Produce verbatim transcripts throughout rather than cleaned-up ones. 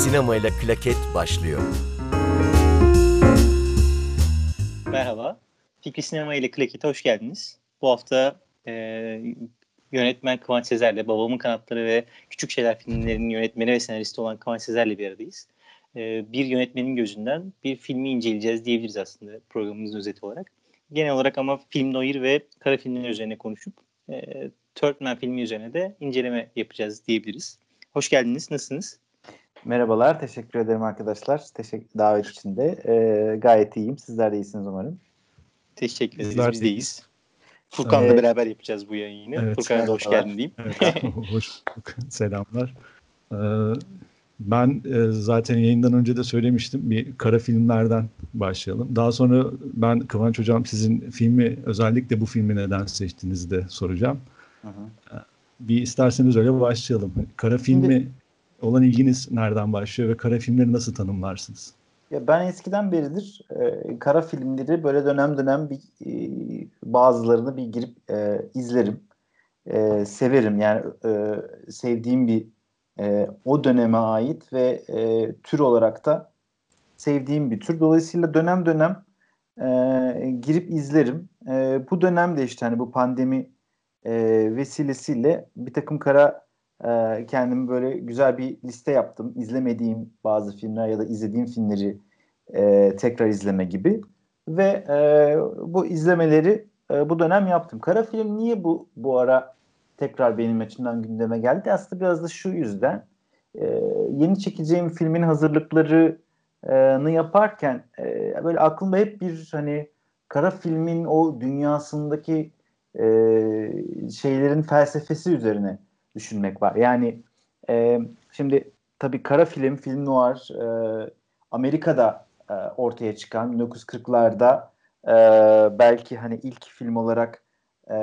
Sinemayla Klaket başlıyor. Merhaba, Fikri Sinema ile Klaket'e hoş geldiniz. Bu hafta e, yönetmen Kıvanç Sezer'le, Babamın Kanatları ve Küçük Şeyler filmlerinin yönetmeni ve senaristi olan Kıvanç Sezer'le bir aradayız. E, bir yönetmenin gözünden bir filmi inceleyeceğiz diyebiliriz aslında programımızın özeti olarak. Genel olarak ama film noir ve kara filmler üzerine konuşup e, Third Man filmi üzerine de inceleme yapacağız diyebiliriz. Hoş geldiniz, nasılsınız? Merhabalar, teşekkür ederim arkadaşlar. Teşekkür davet için de. Ee, gayet iyiyim. Sizler de iyisiniz umarım. Teşekkür ederiz, Bizler biz de deyiz. Furkan'la Evet. beraber yapacağız bu yayını. Evet. Furkan'a da hoş Merhabalar. geldin diyeyim. Evet, hoş bulduk. Selamlar. Ee, ben e, zaten yayından önce de söylemiştim. Bir kara filmlerden başlayalım. Daha sonra ben Kıvanç Hocam sizin filmi, özellikle bu filmi neden seçtiğinizi de soracağım. Hı hı. Bir isterseniz öyle başlayalım. Kara filmi Şimdi- olan ilginiz nereden başlıyor ve kara filmleri nasıl tanımlarsınız? Ya ben eskiden beridir e, kara filmleri böyle dönem dönem bir e, bazılarını bir girip e, izlerim. E, severim yani e, sevdiğim bir e, o döneme ait ve e, tür olarak da sevdiğim bir tür. Dolayısıyla dönem dönem e, girip izlerim. E, bu dönemde işte hani bu pandemi e, vesilesiyle bir takım kara e, kendimi böyle güzel bir liste yaptım. İzlemediğim bazı filmler ya da izlediğim filmleri e, tekrar izleme gibi. Ve e, bu izlemeleri e, bu dönem yaptım. Kara film niye bu bu ara tekrar benim açımdan gündeme geldi? Aslında biraz da şu yüzden. E, yeni çekeceğim filmin hazırlıklarını yaparken e, böyle aklımda hep bir hani kara filmin o dünyasındaki e, şeylerin felsefesi üzerine düşünmek var. Yani e, şimdi tabii kara film, film noir e, Amerika'da e, ortaya çıkan bin dokuz yüz kırklarda e, belki hani ilk film olarak e,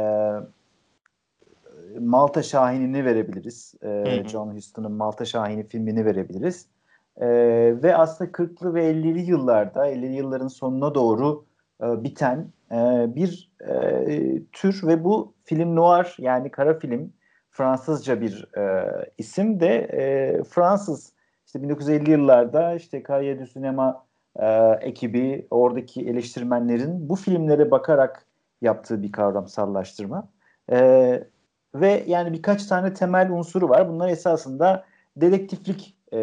Malta Şahini'ni verebiliriz. E, Hı hı. John Huston'ın Malta Şahini filmini verebiliriz. E, ve aslında kırklı ve ellili yıllarda, ellili yılların sonuna doğru e, biten e, bir e, tür ve bu film noir yani kara film Fransızca bir e, isim de e, Fransız işte bin dokuz yüz elli yıllarda işte Cahiers du Cinema e, ekibi oradaki eleştirmenlerin bu filmlere bakarak yaptığı bir kavramsallaştırma. E, ve yani birkaç tane temel unsuru var. Bunlar esasında dedektiflik e,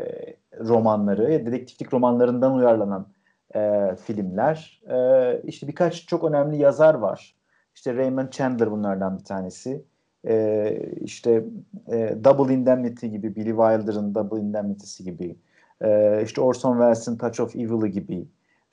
romanları, dedektiflik romanlarından uyarlanan e, filmler. E, işte birkaç çok önemli yazar var. İşte Raymond Chandler bunlardan bir tanesi. E, işte e, Double Indemnity gibi, Billy Wilder'ın Double Indemnity'si gibi. E, işte Orson Welles'in Touch of Evil'ı gibi.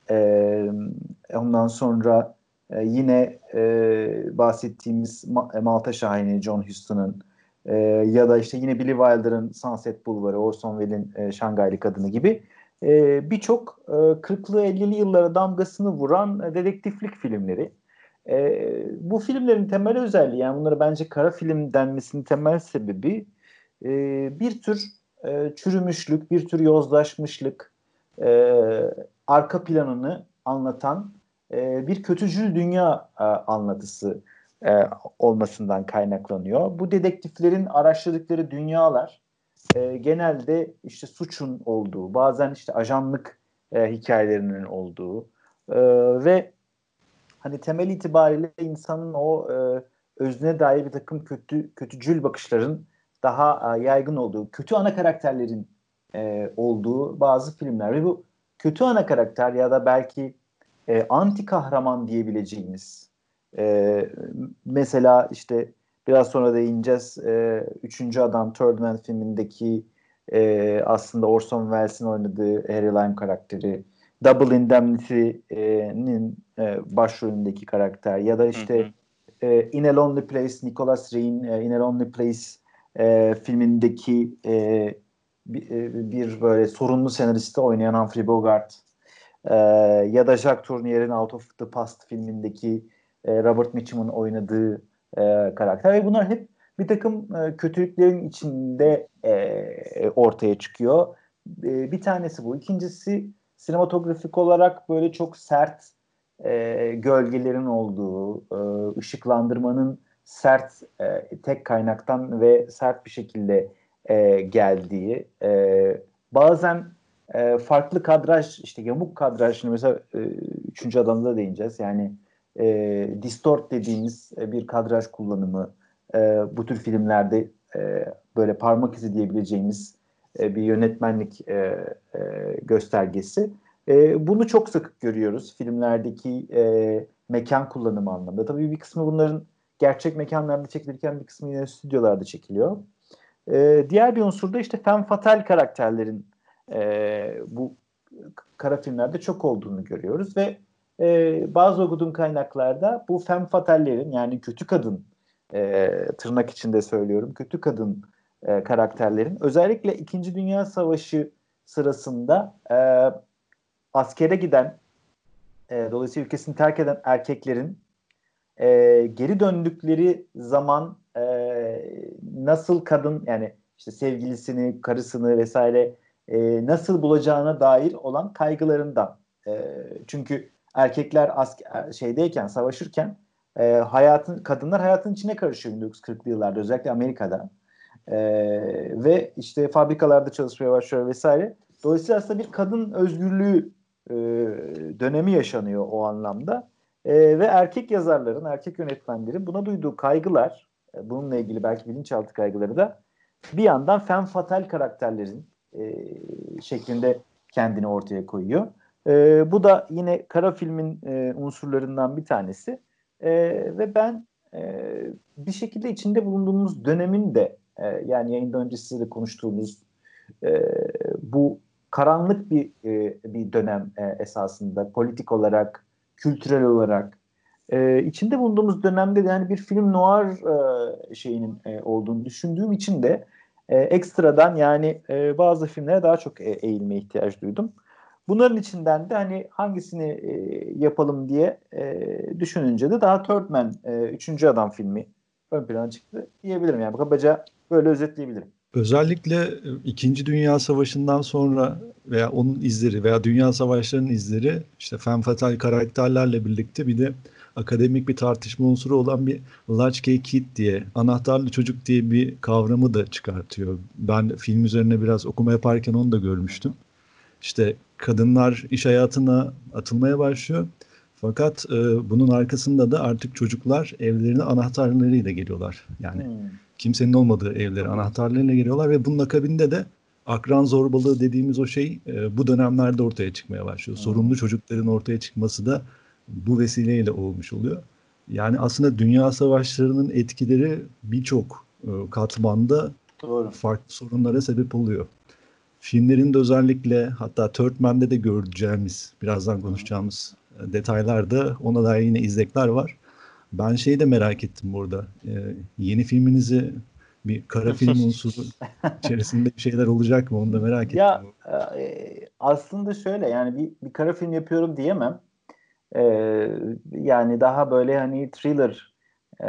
E, ondan sonra e, yine e, bahsettiğimiz Ma- Malta Şahini, John Huston'ın e, ya da işte yine Billy Wilder'ın Sunset Bulvarı, Orson Welles'in e, Şangaylı Kadını gibi e, birçok e, kırklı ellili yıllara damgasını vuran e, dedektiflik filmleri. E, bu filmlerin temel özelliği, yani bunlara bence kara film denmesinin temel sebebi e, bir tür e, çürümüşlük, bir tür yozlaşmışlık, e, arka planını anlatan e, bir kötücül dünya e, anlatısı e, olmasından kaynaklanıyor. Bu dedektiflerin araştırdıkları dünyalar e, genelde işte suçun olduğu, bazen işte ajanlık e, hikayelerinin olduğu e, ve hani temel itibariyle insanın o e, özüne dair bir takım kötü kötücül bakışların daha e, yaygın olduğu, kötü ana karakterlerin e, olduğu bazı filmler ve bu kötü ana karakter ya da belki e, anti kahraman diyebileceğimiz e, mesela işte biraz sonra değineceğiz e, Üçüncü Adam Third Man filmindeki e, aslında Orson Welles'in oynadığı Harry Lime karakteri, Double Indemnity'nin e, başrolündeki karakter ya da işte Hı hı. e, In a Lonely Place, Nicholas Ray'in e, In a Lonely Place e, filmindeki e, bir, e, bir böyle sorunlu senaristi oynayan Humphrey Bogart e, ya da Jacques Tourneure'in Out of the Past filmindeki e, Robert Mitchum'un oynadığı e, karakter ve bunlar hep bir takım e, kötülüklerin içinde e, ortaya çıkıyor. E, bir tanesi bu. İkincisi sinematografik olarak böyle çok sert e, gölgelerin olduğu, e, ışıklandırmanın sert e, tek kaynaktan ve sert bir şekilde e, geldiği, e, bazen e, farklı kadraj, işte yamuk kadraj, şimdi mesela e, üçüncü adamda da değineceğiz. Yani e, distort dediğimiz e, bir kadraj kullanımı e, bu tür filmlerde e, böyle parmak izi diyebileceğimiz e, bir yönetmenlik e, e, göstergesi. E, bunu çok sık görüyoruz filmlerdeki e, mekan kullanımı anlamında. Tabii bir kısmı bunların gerçek mekanlarda çekilirken bir kısmı yine stüdyolarda çekiliyor. E, diğer bir unsur da işte femme fatale karakterlerin e, bu kara filmlerde çok olduğunu görüyoruz ve e, bazı okuduğum kaynaklarda bu femme fatale'lerin, yani kötü kadın, e, tırnak içinde söylüyorum, kötü kadın e, karakterlerin özellikle İkinci Dünya Savaşı sırasında e, askere giden, e, dolayısıyla ülkesini terk eden erkeklerin e, geri döndükleri zaman e, nasıl kadın, yani işte sevgilisini, karısını vesaire e, nasıl bulacağına dair olan kaygılarından. E, çünkü erkekler asker, şeydeyken, savaşırken e, hayatın kadınlar hayatın içine karışıyor bin dokuz yüz kırklı yıllarda, özellikle Amerika'da. E, ve işte fabrikalarda çalışmaya başlıyor vesaire. Dolayısıyla aslında bir kadın özgürlüğü e, dönemi yaşanıyor o anlamda. E, ve erkek yazarların, erkek yönetmenlerin buna duyduğu kaygılar, e, bununla ilgili belki bilinçaltı kaygıları da bir yandan femme fatale karakterlerin e, şeklinde kendini ortaya koyuyor. E, bu da yine kara filmin e, unsurlarından bir tanesi. E, ve ben e, bir şekilde içinde bulunduğumuz dönemin de e, yani yayından önce sizle de konuştuğumuz e, bu karanlık bir e, bir dönem e, esasında, politik olarak, kültürel olarak e, içinde bulunduğumuz dönemde de yani bir film noir e, şeyinin e, olduğunu düşündüğüm için de e, ekstradan yani e, bazı filmlere daha çok e, eğilmeye ihtiyaç duydum. Bunların içinden de hani hangisini e, yapalım diye e, düşününce de daha Third Man, e, Üçüncü Adam filmi ön plana çıktı diyebilirim. Yani kabaca böyle özetleyebilirim. Özellikle e, İkinci Dünya Savaşı'ndan sonra veya onun izleri veya Dünya Savaşları'nın izleri, işte femme fatale karakterlerle birlikte bir de akademik bir tartışma unsuru olan bir latchkey kid diye, anahtarlı çocuk diye bir kavramı da çıkartıyor. Ben film üzerine biraz okuma yaparken onu da görmüştüm. İşte kadınlar iş hayatına atılmaya başlıyor. Fakat e, bunun arkasında da artık çocuklar evlerine anahtarlarıyla geliyorlar. Yani Hmm. kimsenin olmadığı evlere anahtarlarıyla geliyorlar ve bunun akabinde de akran zorbalığı dediğimiz o şey e, bu dönemlerde ortaya çıkmaya başlıyor. Hmm. Sorunlu çocukların ortaya çıkması da bu vesileyle olmuş oluyor. Yani aslında dünya savaşlarının etkileri birçok e, katmanda Doğru. farklı sorunlara sebep oluyor. Filmlerin de özellikle, hatta Third Man'de de göreceğimiz, birazdan konuşacağımız e, detaylarda ona dair yine izlekler var. Ben şeyi de merak ettim burada. Ee, yeni filminizi bir kara film unsuru içerisinde bir şeyler olacak mı? Onu da merak ettim. Ya e, aslında şöyle, yani bir, bir kara film yapıyorum diyemem. E, yani daha böyle hani thriller e,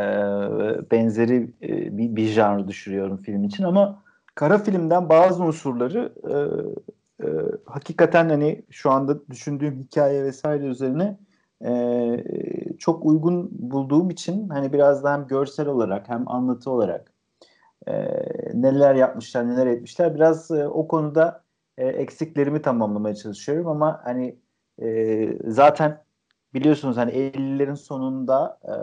benzeri e, bir, bir janr düşürüyorum film için, ama kara filmden bazı unsurları e, e, hakikaten hani şu anda düşündüğüm hikaye vesaire üzerine e, çok uygun bulduğum için hani biraz da hem görsel olarak hem anlatı olarak e, neler yapmışlar, neler etmişler. Biraz e, o konuda e, eksiklerimi tamamlamaya çalışıyorum, ama hani e, zaten biliyorsunuz hani ellilerin sonunda e,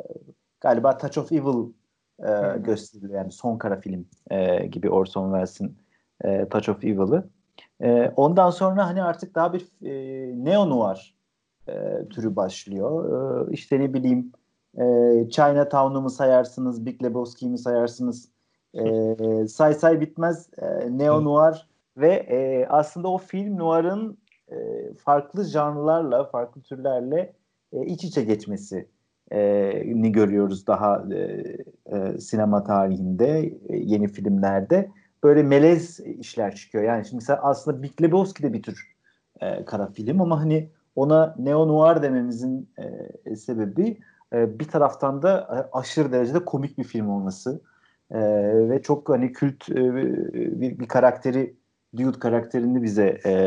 galiba Touch of Evil e, gösteriliyor. Yani son kara film e, gibi Orson Welles'in e, Touch of Evil'ı. E, ondan sonra hani artık daha bir e, neo-noir e, türü başlıyor. E, işte ne bileyim, e, Chinatown'u mu sayarsınız, Big Lebowski'yi mi sayarsınız? E, say say bitmez e, neo noir ve e, aslında o film noir'ın e, farklı janrlarla, farklı türlerle e, iç içe geçmesi e, ni görüyoruz daha e, e, sinema tarihinde, e, yeni filmlerde. Böyle melez işler çıkıyor. Yani şimdi mesela aslında Big Lebowski de bir tür e, kara film, ama hani ona neo noir dememizin e, sebebi e, bir taraftan da e, aşırı derecede komik bir film olması. E, ve çok hani kült e, bir, bir karakteri, Dude karakterini bize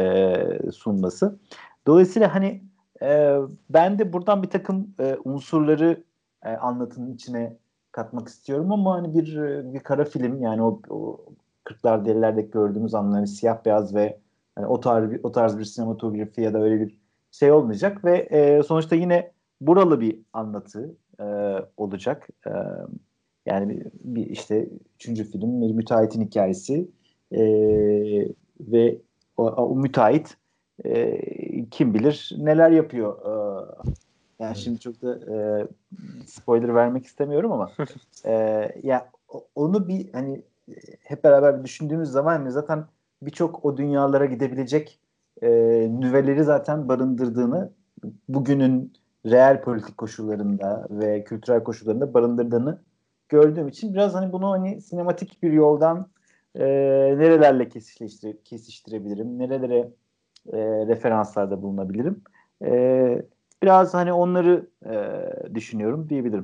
e, sunması. Dolayısıyla hani e, ben de buradan bir takım e, unsurları e, anlatının içine katmak istiyorum, ama hani bir bir kara film, yani o, o kırklarda ellilerdeki gördüğümüz anlamda siyah beyaz ve yani o tarz bir, o tarz bir sinematografi ya da öyle bir şey olmayacak ve e, sonuçta yine buralı bir anlatı e, olacak. E, yani bir, bir işte üçüncü film bir müteahhitin hikayesi e, ve o, o müteahhit e, kim bilir neler yapıyor. E, yani Evet. şimdi çok da e, spoiler vermek istemiyorum ama e, ya o- onu bir hani e, hep beraber bir düşündüğümüz zaman hani zaten birçok o dünyalara gidebilecek e, nüveleri zaten barındırdığını bugünün reel politik koşullarında ve kültürel koşullarında barındırdığını gördüğüm için biraz hani bunu hani sinematik bir yoldan e, nerelerle kesişleştire, kesiştirebilirim, nerelere e, referanslarda bulunabilirim. E, biraz hani onları e, düşünüyorum diyebilirim.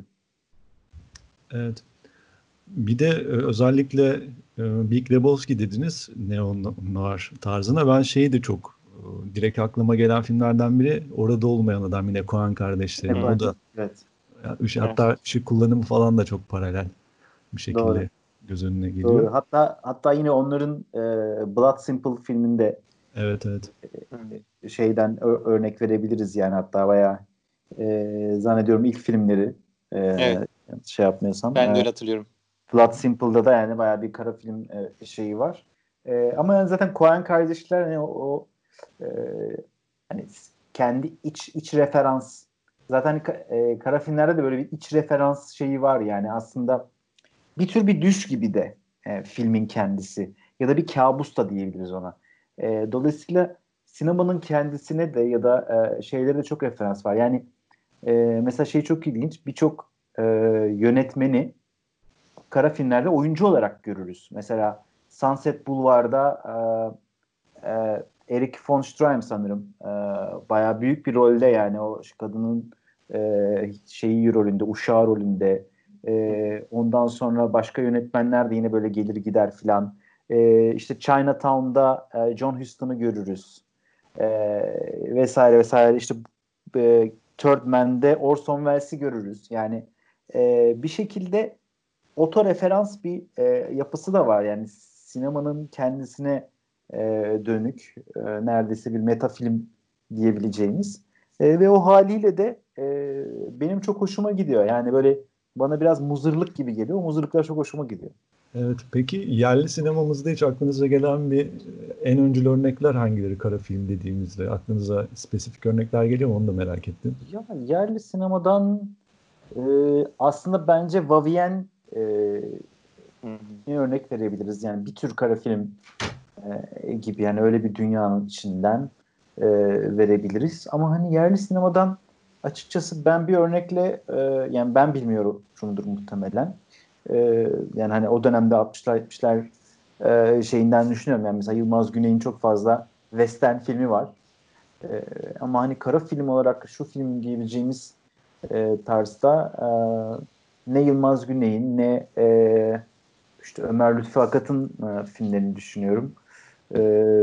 Evet. Bir de e, özellikle e, Big Lebowski dediniz Neo Noir tarzına. Ben şeyi de çok e, direkt aklıma gelen filmlerden biri Orada Olmayan Adam, yine Coen kardeşlerin. O da Evet, yani ışık- Evet. hatta ışık kullanımı falan da çok paralel bir doğru. şekilde göz önüne geliyor. Doğru. Hatta hatta yine onların e, Blood Simple filminde Evet, evet. e, şeyden ö- örnek verebiliriz yani hatta bayağı e, zannediyorum ilk filmleri Evet. e, şey yapmıyorsam Ben de e, öyle hatırlıyorum. Blood Simple'da da yani bayağı bir kara film e, şeyi var. E, ama yani zaten Coen kardeşler hani o, o e, hani kendi iç iç referans zaten ka- e, kara filmlerde de böyle bir iç referans şeyi var yani aslında bir tür bir düş gibi de e, filmin kendisi ya da bir kabus da diyebiliriz ona. E, dolayısıyla sinemanın kendisine de ya da e, şeylere de çok referans var. Yani e, mesela şey çok ilginç birçok e, yönetmeni kara filmlerde oyuncu olarak görürüz. Mesela Sunset Boulevard'da e, e, Eric von Stroheim sanırım e, bayağı büyük bir rolde yani o kadının e, şeyi rolünde, uşağı rolünde. E, ondan sonra başka yönetmenler de yine böyle gelir gider filan. E, işte Chinatown'da e, John Huston'ı görürüz. E, vesaire vesaire. İşte e, Third Man'de Orson Welles'i görürüz. Yani e, bir şekilde otoreferans bir e, yapısı da var. Yani sinemanın kendisine e, dönük e, neredeyse bir metafilm diyebileceğimiz. E, ve o haliyle de e, benim çok hoşuma gidiyor. Yani böyle bana biraz muzırlık gibi geliyor. O muzırlıklar çok hoşuma gidiyor. Evet. Peki yerli sinemamızda hiç aklınıza gelen bir en öncül örnekler hangileri kara film dediğimizde? Aklınıza spesifik örnekler geliyor mu? Onu da merak ettim. Ya yerli sinemadan e, aslında bence Vavien e, Hı hı. bir örnek verebiliriz. Yani bir tür kara film e, gibi yani öyle bir dünyanın içinden e, verebiliriz. Ama hani yerli sinemadan açıkçası ben bir örnekle e, yani ben bilmiyorumdur muhtemelen. E, yani hani o dönemde altmışlar yetmişler e, şeyinden düşünüyorum. Yani mesela Yılmaz Güney'in çok fazla western filmi var. E, ama hani kara film olarak şu film diyebileceğimiz e, tarzda e, ne Yılmaz Güney'in ne e, işte Ömer Lütfü Akat'ın e, filmlerini düşünüyorum. E,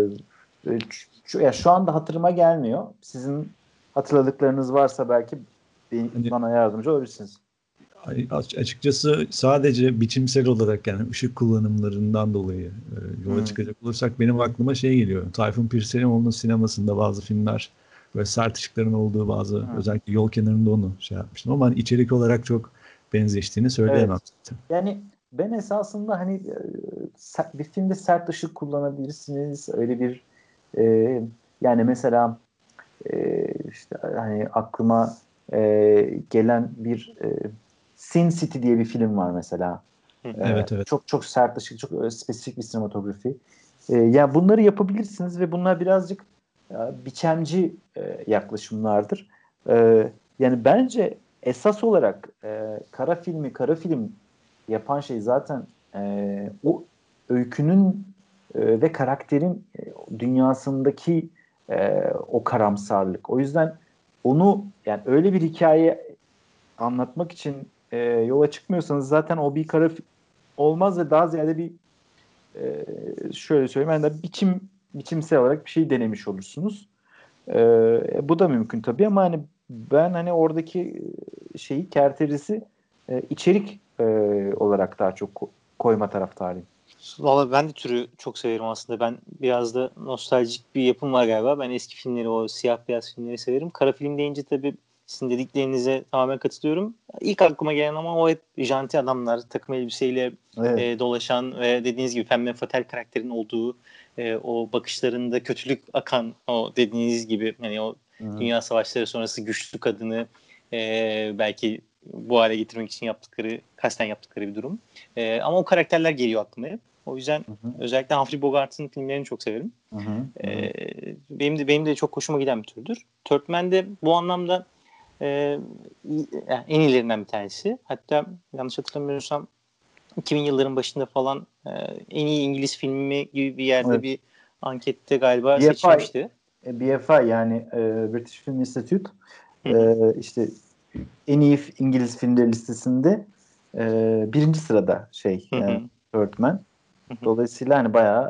şu, ya şu anda hatırıma gelmiyor. Sizin hatırladıklarınız varsa belki bir, Hani bana yardımcı olabilirsiniz. Ay- aç- açıkçası sadece biçimsel olarak yani ışık kullanımlarından dolayı e, yola Hmm. çıkacak olursak benim aklıma şey geliyor. Tayfun Pirselimoğlu'nun sinemasında bazı filmler böyle sert ışıkların olduğu bazı Hmm. özellikle yol kenarında onu şey yapmıştım ama hani içerik olarak çok benzeştiğini söyleyemem Evet. zaten. Yani ben esasında hani e, ser- bir filmde sert ışık kullanabilirsiniz. Öyle bir e, yani mesela e, işte hani aklıma e, gelen bir e, Sin City diye bir film var mesela. Hı hı. E, Evet, evet. çok çok sert ışık, çok e, spesifik bir sinematografi. E, yani bunları yapabilirsiniz ve bunlar birazcık e, biçemci e, yaklaşımlardır. E, yani bence esas olarak e, kara filmi, kara film yapan şey zaten e, o öykünün e, ve karakterin e, dünyasındaki e, o karamsarlık. O yüzden onu yani öyle bir hikaye anlatmak için e, yola çıkmıyorsanız zaten o bir kara fi- olmaz ve daha ziyade bir e, şöyle söyleyeyim yani da biçim biçimsel olarak bir şey denemiş olursunuz. E, bu da mümkün tabii ama hani ben hani oradaki e, şeyi kerterisi e, içerik e, olarak daha çok ko- koyma taraftarıyım. Valla ben de türü çok severim aslında. Ben biraz da nostaljik bir yapım var galiba. Ben eski filmleri, o siyah beyaz filmleri severim. Kara film deyince tabii sizin dediklerinize tamamen katılıyorum. İlk aklıma gelen ama o hep janti adamlar, takım elbiseyle Evet. e, dolaşan ve dediğiniz gibi Femme Fatale karakterin olduğu, e, o bakışlarında kötülük akan, o dediğiniz gibi hani o Hı-hı. dünya savaşları sonrası güçlü kadını e, belki bu hale getirmek için yaptıkları, kasten yaptıkları bir durum. E, ama o karakterler geliyor aklıma hep. O yüzden Hı hı. özellikle Humphrey Bogart'ın filmlerini çok severim. Hı hı. Ee, benim de benim de çok hoşuma giden bir türdür. Turkmen de bu anlamda e, yani en iyilerinden bir tanesi. Hatta yanlış hatırlamıyorsam iki bin yılların başında falan e, en iyi İngiliz filmi gibi bir yerde Evet. bir ankette galiba B F I, seçilmişti. B F I yani e, British Film Institute Hı hı. e, işte en iyi İngiliz filmleri listesinde e, birinci sırada şey Hı e, hı. Birdman. Hı hı. Dolayısıyla hani bayağı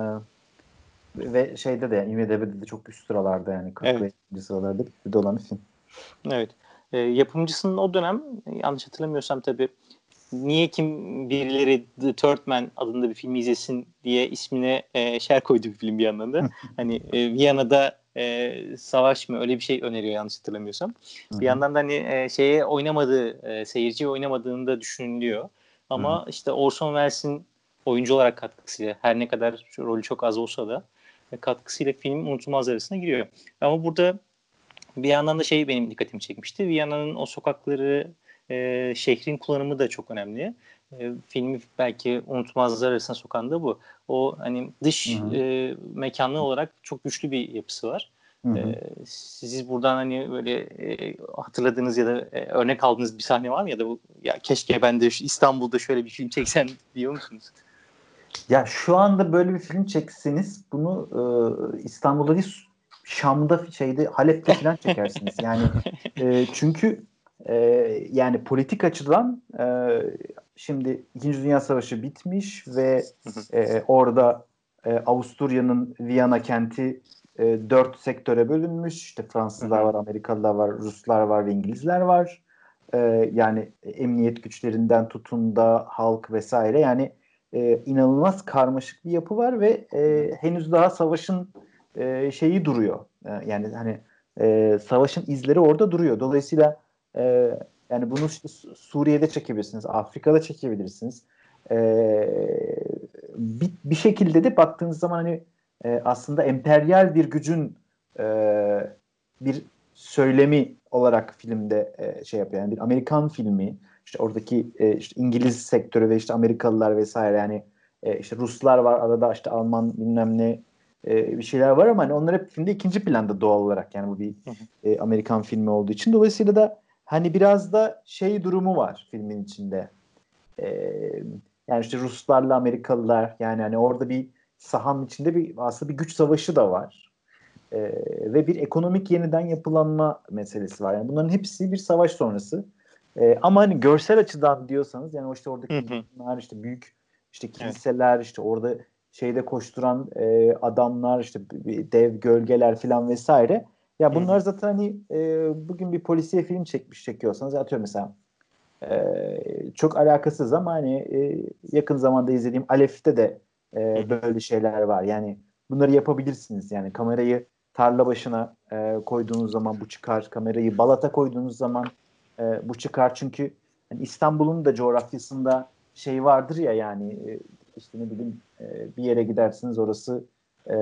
e, ve şeyde de I M D B'de de çok üst sıralarda yani kırk ve Evet. ellinci sıralarda bir de olan bir film. Evet. E, yapımcısının o dönem yanlış hatırlamıyorsam tabii niye kim birileri The Third Man adında bir film izlesin diye ismine e, şer koydu bir film bir yandan da. Hani e, Viyana'da e, savaş mı öyle bir şey öneriyor yanlış hatırlamıyorsam. Hı Bir hı. yandan da hani e, şeye oynamadığı, e, seyirciye oynamadığını da düşünülüyor. Hı hı. Ama işte Orson Welles'in oyuncu olarak katkısıyla her ne kadar rolü çok az olsa da e, katkısıyla film unutulmaz arasına giriyor. Ama burada bir yandan da şey benim dikkatimi çekmişti. Viyana'nın o sokakları, e, şehrin kullanımı da çok önemli. E, filmi belki unutmazlar arasına sokan da bu. O hani Hı dış hı. e, mekanlı olarak çok güçlü bir yapısı var. Hı hı. E, siz buradan hani böyle e, hatırladığınız ya da e, örnek aldığınız bir sahne var mı ya da bu ya keşke ben de şu İstanbul'da şöyle bir film çeksem diyor musunuz? Ya şu anda böyle bir film çekseniz bunu e, İstanbul'da değil Şam'da şeyde Halep'te falan çekersiniz. Yani e, çünkü e, yani politik açıdan e, şimdi İkinci Dünya Savaşı bitmiş ve e, orada e, Avusturya'nın Viyana kenti e, dört sektöre bölünmüş. İşte Fransızlar var, Amerikalılar var, Ruslar var ve İngilizler var. E, yani emniyet güçlerinden tutun da halk vesaire yani e, inanılmaz karmaşık bir yapı var ve e, henüz daha savaşın e, şeyi duruyor. E, yani hani e, savaşın izleri orada duruyor. Dolayısıyla e, yani bunu işte Suriye'de çekebilirsiniz, Afrika'da çekebilirsiniz. E, bir, bir şekilde de baktığınız zaman hani e, aslında emperyal bir gücün e, bir söylemi olarak filmde e, şey yapıyor. Yani bir Amerikan filmi işte oradaki e, işte İngiliz sektörü ve işte Amerikalılar vesaire yani e, işte Ruslar var arada işte Alman bilmem ne e, bir şeyler var ama hani onlar hep filmde ikinci planda doğal olarak yani bu bir e, Amerikan filmi olduğu için dolayısıyla da hani biraz da şey durumu var filmin içinde e, yani işte Ruslarla Amerikalılar yani hani orada bir sahanın içinde bir aslında bir güç savaşı da var. E, ve bir ekonomik yeniden yapılanma meselesi var. Yani bunların hepsi bir savaş sonrası. E, ama hani görsel açıdan diyorsanız yani işte oradaki binalar işte büyük işte kiliseler işte orada şeyde koşturan e, adamlar işte dev gölgeler falan vesaire. Ya bunlar zaten hani e, bugün bir polisiye film çekmiş çekiyorsanız atıyorum mesela e, çok alakasız ama hani e, yakın zamanda izlediğim Alef'te de e, böyle şeyler var. Yani bunları yapabilirsiniz. Yani kamerayı tarla başına e, koyduğunuz zaman bu çıkar. Kamerayı Balat'a koyduğunuz zaman e, bu çıkar. Çünkü yani İstanbul'un da coğrafyasında şey vardır ya yani e, işte ne bileyim e, bir yere gidersiniz orası e,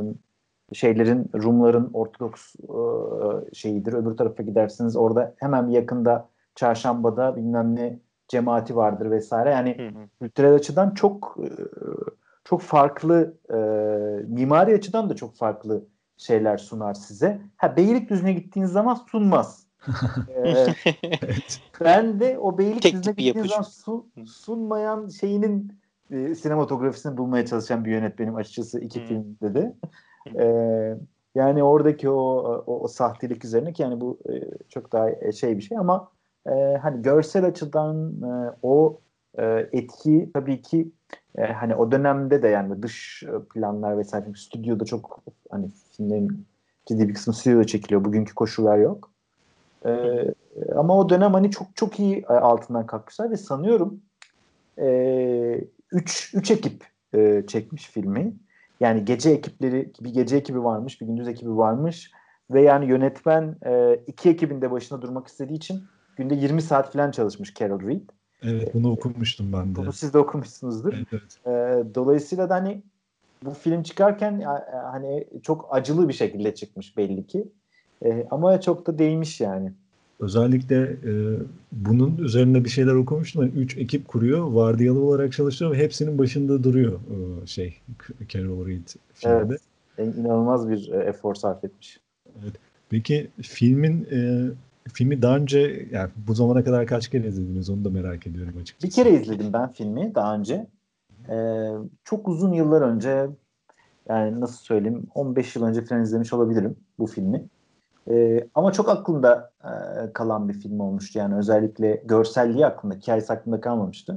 şeylerin Rumların Ortodoks e, şeyidir. Öbür tarafa gidersiniz orada hemen yakında Çarşamba'da bilmem ne cemaati vardır vesaire. Yani kültürel açıdan çok e, çok farklı e, mimari açıdan da çok farklı şeyler sunar size. Ha Beylikdüzü'ne gittiğiniz zaman sunmaz. Ee, Evet. ben de o Tek Beylikdüzü'ne tip bir gittiğiniz yapı zaman çünkü. su, sunmayan şeyinin e, sinematografisini bulmaya çalışan bir yönetmenim açıkçası iki filmde de. Ee, yani oradaki o, o, o sahtelik üzerine ki yani bu e, çok daha e, şey bir şey ama e, hani görsel açıdan e, o e, etki tabii ki e, hani o dönemde de yani dış planlar vesaire çünkü stüdyoda çok hani filmlerin ciddi bir kısmı stüdyoda çekiliyor. Bugünkü koşullar yok. E, ama o dönem hani çok çok iyi altından kalkmışlar ve sanıyorum e, üç, üç ekip e, çekmiş filmi. Yani gece ekipleri, bir gece ekibi varmış, bir gündüz ekibi varmış ve yani yönetmen e, iki ekibin de başında durmak istediği için günde yirmi saat falan çalışmış Carol Reed. Evet, bunu okumuştum ben de. Bunu siz de okumuşsunuzdur. Evet, evet. E, dolayısıyla da hani bu film çıkarken e, hani çok acılı bir şekilde çıkmış belli ki. E, ama çok da değmiş yani. Özellikle e, bunun üzerine bir şeyler okumuştum. Yani üç ekip kuruyor, vardiyalı olarak çalışıyor ve hepsinin başında duruyor e, şey Carol Reed filmde. Evet. E, inanılmaz bir e, efor sarf etmiş. Evet. Peki filmin e, filmi daha önce yani bu zamana kadar kaç kere izlediniz onu da merak ediyorum açıkçası. Bir kere izledim ben filmi daha önce. Ee, çok uzun yıllar önce, yani nasıl söyleyeyim, on beş yıl önce falan izlemiş olabilirim bu filmi. Ee, ama çok aklımda e, kalan bir film olmuştu. Yani özellikle görselliği aklımda, hikayesi aklımda kalmamıştı.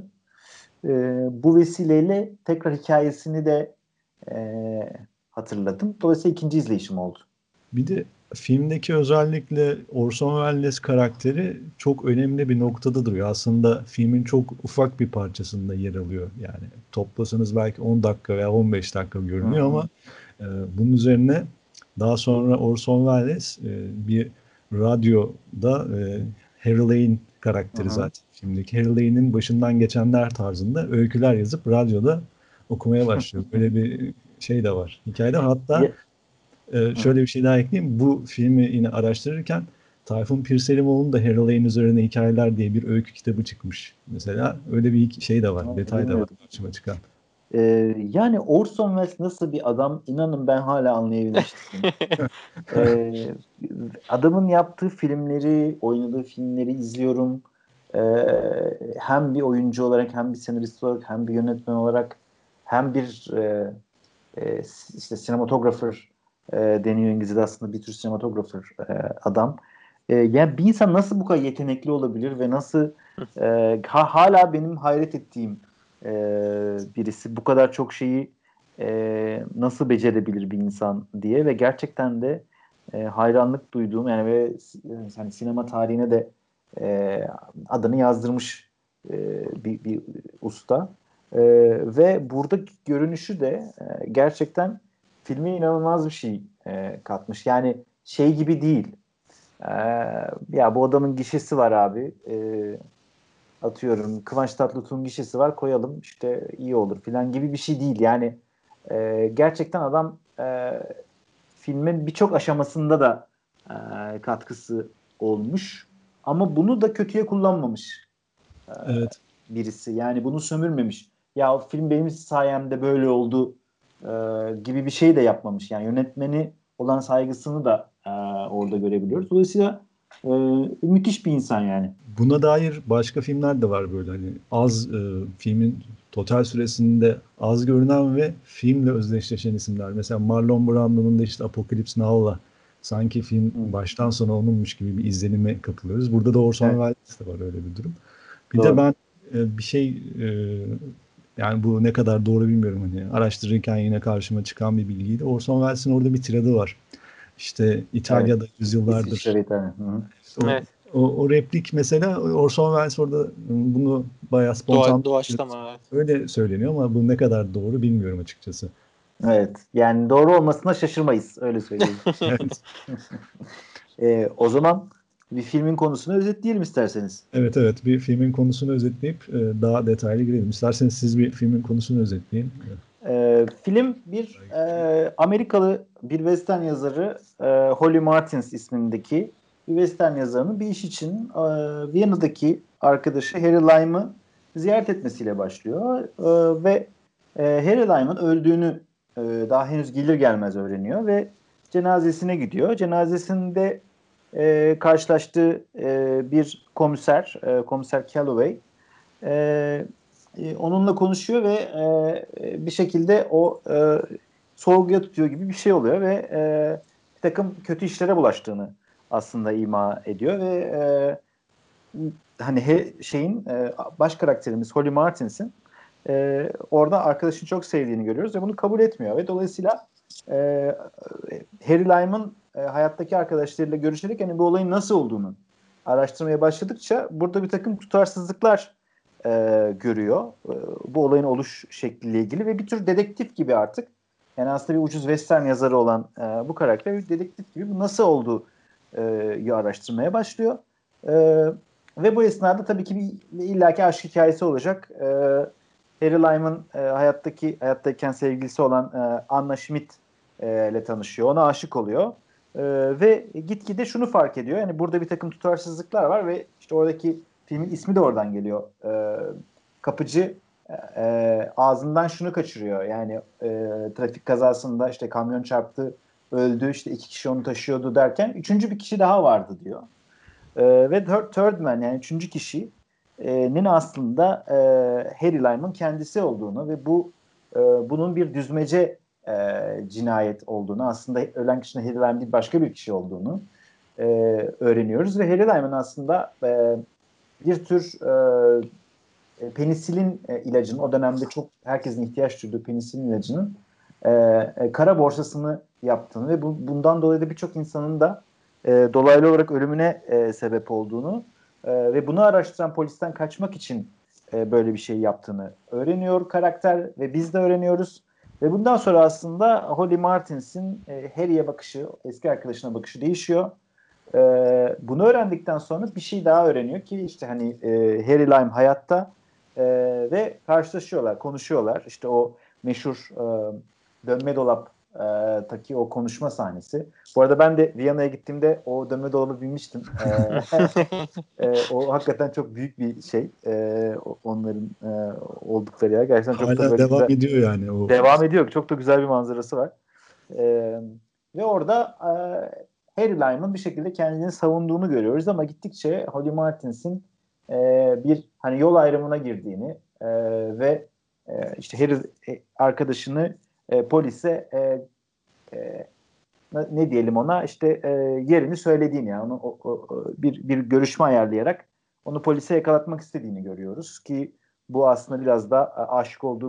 Ee, bu vesileyle tekrar hikayesini de e, hatırladım. Dolayısıyla ikinci izleyişim oldu. Bir de filmdeki özellikle Orson Welles karakteri çok önemli bir noktada duruyor. Aslında filmin çok ufak bir parçasında yer alıyor. Yani toplasanız belki on dakika veya on beş dakika görünüyor Hı hı. ama e, bunun üzerine daha sonra Orson Welles e, bir radyoda e, Harry Lane karakteri Hı hı. zaten filmdeki Harry Lane'in başından geçenler tarzında öyküler yazıp radyoda okumaya başlıyor. Böyle bir şey de var. Hikayede hatta Ya- ee, hı. şöyle bir şey daha ekleyeyim. Bu filmi yine araştırırken Tayfun Pirselimoğlu'nun da Harry Lane üzerine hikayeler diye bir öykü kitabı çıkmış. Mesela öyle bir şey de var, Ha, detay da var bilmiyordum. karşıma çıkan. Ee, yani Orson Welles nasıl bir adam, inanın ben hala anlayabilmiş değilim. Ee, adamın yaptığı filmleri, oynadığı filmleri izliyorum. Ee, hem bir oyuncu olarak, hem bir senarist olarak, hem bir yönetmen olarak, hem bir e, e, işte sinematografer e, deniyor İngilizce'de, aslında bir tür sinematografer e, adam. E, yani bir insan nasıl bu kadar yetenekli olabilir ve nasıl e, ha, hala benim hayret ettiğim e, birisi, bu kadar çok şeyi e, nasıl becerebilir bir insan diye ve gerçekten de e, hayranlık duyduğum, yani ve hani sinema tarihine de e, adını yazdırmış e, bir, bir usta. E, ve burada görünüşü de e, gerçekten filme inanılmaz bir şey e, katmış. Yani şey gibi değil. E, ya bu adamın gişesi var abi. E, atıyorum Kıvanç Tatlıtuğ'un gişesi var, koyalım işte iyi olur filan gibi bir şey değil. Yani e, gerçekten adam e, filmin birçok aşamasında da e, katkısı olmuş. Ama bunu da kötüye kullanmamış e, Evet. birisi. Yani bunu sömürmemiş. Ya film benim sayemde böyle oldu e, gibi bir şey de yapmamış. Yani yönetmeni olan saygısını da e, orada görebiliyoruz. Dolayısıyla e, müthiş bir insan yani. Buna dair başka filmler de var böyle hani az e, filmin total süresinde az görünen ve filmle özdeşleşen isimler. Mesela Marlon Brando'nun da işte Apocalypse Now'la sanki film Hı. baştan sona onunmuş gibi bir izlenime kapılıyoruz. Burada da Orson Evet, Welles de var öyle bir durum. Bir de doğru. ben e, bir şey e, yani bu ne kadar doğru bilmiyorum hani araştırırken yine karşıma çıkan bir bilgiydi. Orson Welles'in orada bir tiradı var. İşte Evet. İtalya'da yüzyıllardır İsviçre bir tane. Hı hı. o, Evet. o, o replik mesela Orson Welles orada bunu bayağı Doğa, spontan doğaçlama. Evet. öyle söyleniyor ama bu ne kadar doğru bilmiyorum açıkçası. Evet. Yani doğru olmasına şaşırmayız. Öyle söyleyelim. Evet. E, o zaman bir filmin konusunu özetleyelim isterseniz. Evet, evet, bir filmin konusunu özetleyip e, daha detaylı girelim. İsterseniz siz bir filmin konusunu özetleyin. Ee, film bir e, Amerikalı bir western yazarı, e, Holly Martins ismindeki bir western yazarının bir iş için e, Viyana'daki arkadaşı Harry Lime'ı ziyaret etmesiyle başlıyor. E, ve e, Harry Lime'ın öldüğünü e, daha henüz gelir gelmez öğreniyor ve cenazesine gidiyor. Cenazesinde e, karşılaştığı e, bir komiser, e, komiser Calloway, e, e, onunla konuşuyor ve e, bir şekilde o e, sorguya tutuyor gibi bir şey oluyor ve e, bir takım kötü işlere bulaştığını aslında ima ediyor ve e, hani he, şeyin e, baş karakterimiz Holly Martins'in e, orada arkadaşını çok sevdiğini görüyoruz ve bunu kabul etmiyor ve dolayısıyla e, Harry Lime'ın e, hayattaki arkadaşlarıyla görüşerek hani bu olayın nasıl olduğunu araştırmaya başladıkça burada bir takım tutarsızlıklar e, görüyor. E, bu olayın oluş şekliyle ilgili ve bir tür dedektif gibi artık. Yani aslında bir ucuz western yazarı olan e, bu karakter bir dedektif gibi bu nasıl olduğu e, araştırmaya başlıyor. E, ve bu esnada tabii ki bir illaki aşk hikayesi olacak. E, Harry Lime'ın e, hayattaki hayattayken sevgilisi olan e, Anna Schmidt e, ile tanışıyor. Ona aşık oluyor. E, ve gitgide şunu fark ediyor. Yani burada bir takım tutarsızlıklar var ve işte oradaki filmin ismi de oradan geliyor. E, kapıcı e, ağzından şunu kaçırıyor. Yani e, trafik kazasında işte kamyon çarptı, öldü, işte iki kişi onu taşıyordu derken üçüncü bir kişi daha vardı diyor. E, ve third, third man yani üçüncü kişinin aslında e, Harry Lime'ın kendisi olduğunu ve bu e, bunun bir düzmece e, cinayet olduğunu, aslında ölen kişinin Harry Lime değil başka bir kişi olduğunu e, öğreniyoruz ve Harry Lime'ın aslında e, bir tür e, penisilin e, ilacının, o dönemde çok herkesin ihtiyaç duyduğu penisilin ilacının e, e, kara borsasını yaptığını ve bu, bundan dolayı da birçok insanın da e, dolaylı olarak ölümüne e, sebep olduğunu e, ve bunu araştıran polisten kaçmak için e, böyle bir şey yaptığını öğreniyor karakter ve biz de öğreniyoruz. Ve bundan sonra aslında Holly Martins'in e, Harry'e bakışı, eski arkadaşına bakışı değişiyor. E, bunu öğrendikten sonra bir şey daha öğreniyor ki işte hani e, Harry Lime hayatta e, ve karşılaşıyorlar, konuşuyorlar. İşte o meşhur e, dönme dolap e, taki o konuşma sahnesi. Bu arada ben de Viyana'ya gittiğimde o dönme dolabı binmiştim. E, e, o hakikaten çok büyük bir şey. E, onların e, oldukları yer. Gerçekten çok da Hala böyle devam güzel. ediyor yani o. Devam ediyor. Çok da güzel bir manzarası var. Ee, ve orada e, Harry Lime'ın bir şekilde kendini savunduğunu görüyoruz ama gittikçe Holly Martins'in e, bir hani yol ayrımına girdiğini e, ve e, işte Harry e, arkadaşını e, polise e, e, ne diyelim ona işte e, yerini söylediğini yani onu o, o, bir bir görüşme ayarlayarak onu polise yakalatmak istediğini görüyoruz ki bu aslında biraz da aşık olduğu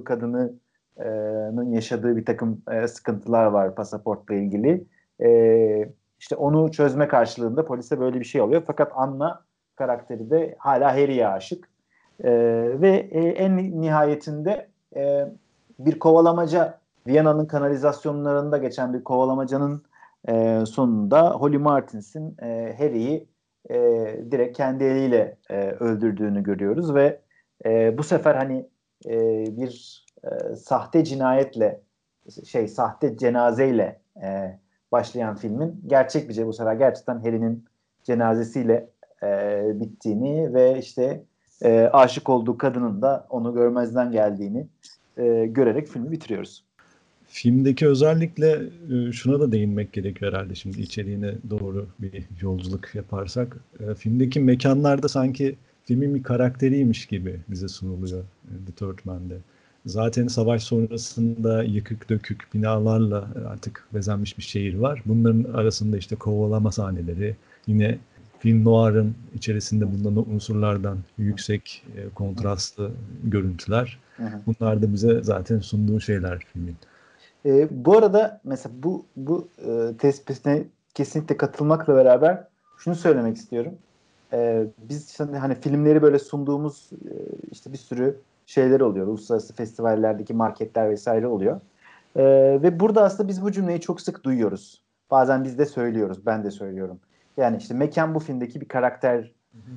kadının yaşadığı bir takım e, sıkıntılar var pasaportla ilgili. E, işte onu çözme karşılığında polise böyle bir şey oluyor. Fakat Anna karakteri de hala Harry'e aşık. E, ve e, en nihayetinde e, bir kovalamaca Viyana'nın kanalizasyonlarında geçen bir kovalamacanın e, sonunda Holly Martins'in e, Harry'i e, direkt kendi eliyle e, öldürdüğünü görüyoruz ve e, bu sefer hani e, bir e, sahte cinayetle şey sahte cenazeyle e, başlayan filmin gerçek bir bu sefer gerçekten Harry'nin cenazesiyle e, bittiğini ve işte e, aşık olduğu kadının da onu görmezden geldiğini e, görerek filmi bitiriyoruz. Filmdeki özellikle e, şuna da değinmek gerekiyor herhalde şimdi içeriğine doğru bir yolculuk yaparsak. E, filmdeki mekanlarda sanki filmin bir karakteriymiş gibi bize sunuluyor e, The Third Man'de. Zaten savaş sonrasında yıkık dökük binalarla artık bezenmiş bir şehir var. Bunların arasında işte kovalama sahneleri, yine film noir'ın içerisinde bulunan unsurlardan yüksek e, kontrastlı görüntüler. Hı hı. Bunlar da bize zaten sunduğu şeyler filmin. E, bu arada mesela bu bu e, tespitine kesinlikle katılmakla beraber şunu söylemek istiyorum. E, biz şimdi hani filmleri böyle sunduğumuz e, işte bir sürü şeyler oluyor. Uluslararası festivallerdeki marketler vesaire oluyor. E, ve burada aslında biz bu cümleyi çok sık duyuyoruz. Bazen biz de söylüyoruz. Ben de söylüyorum. Yani işte mekan bu filmdeki bir karakter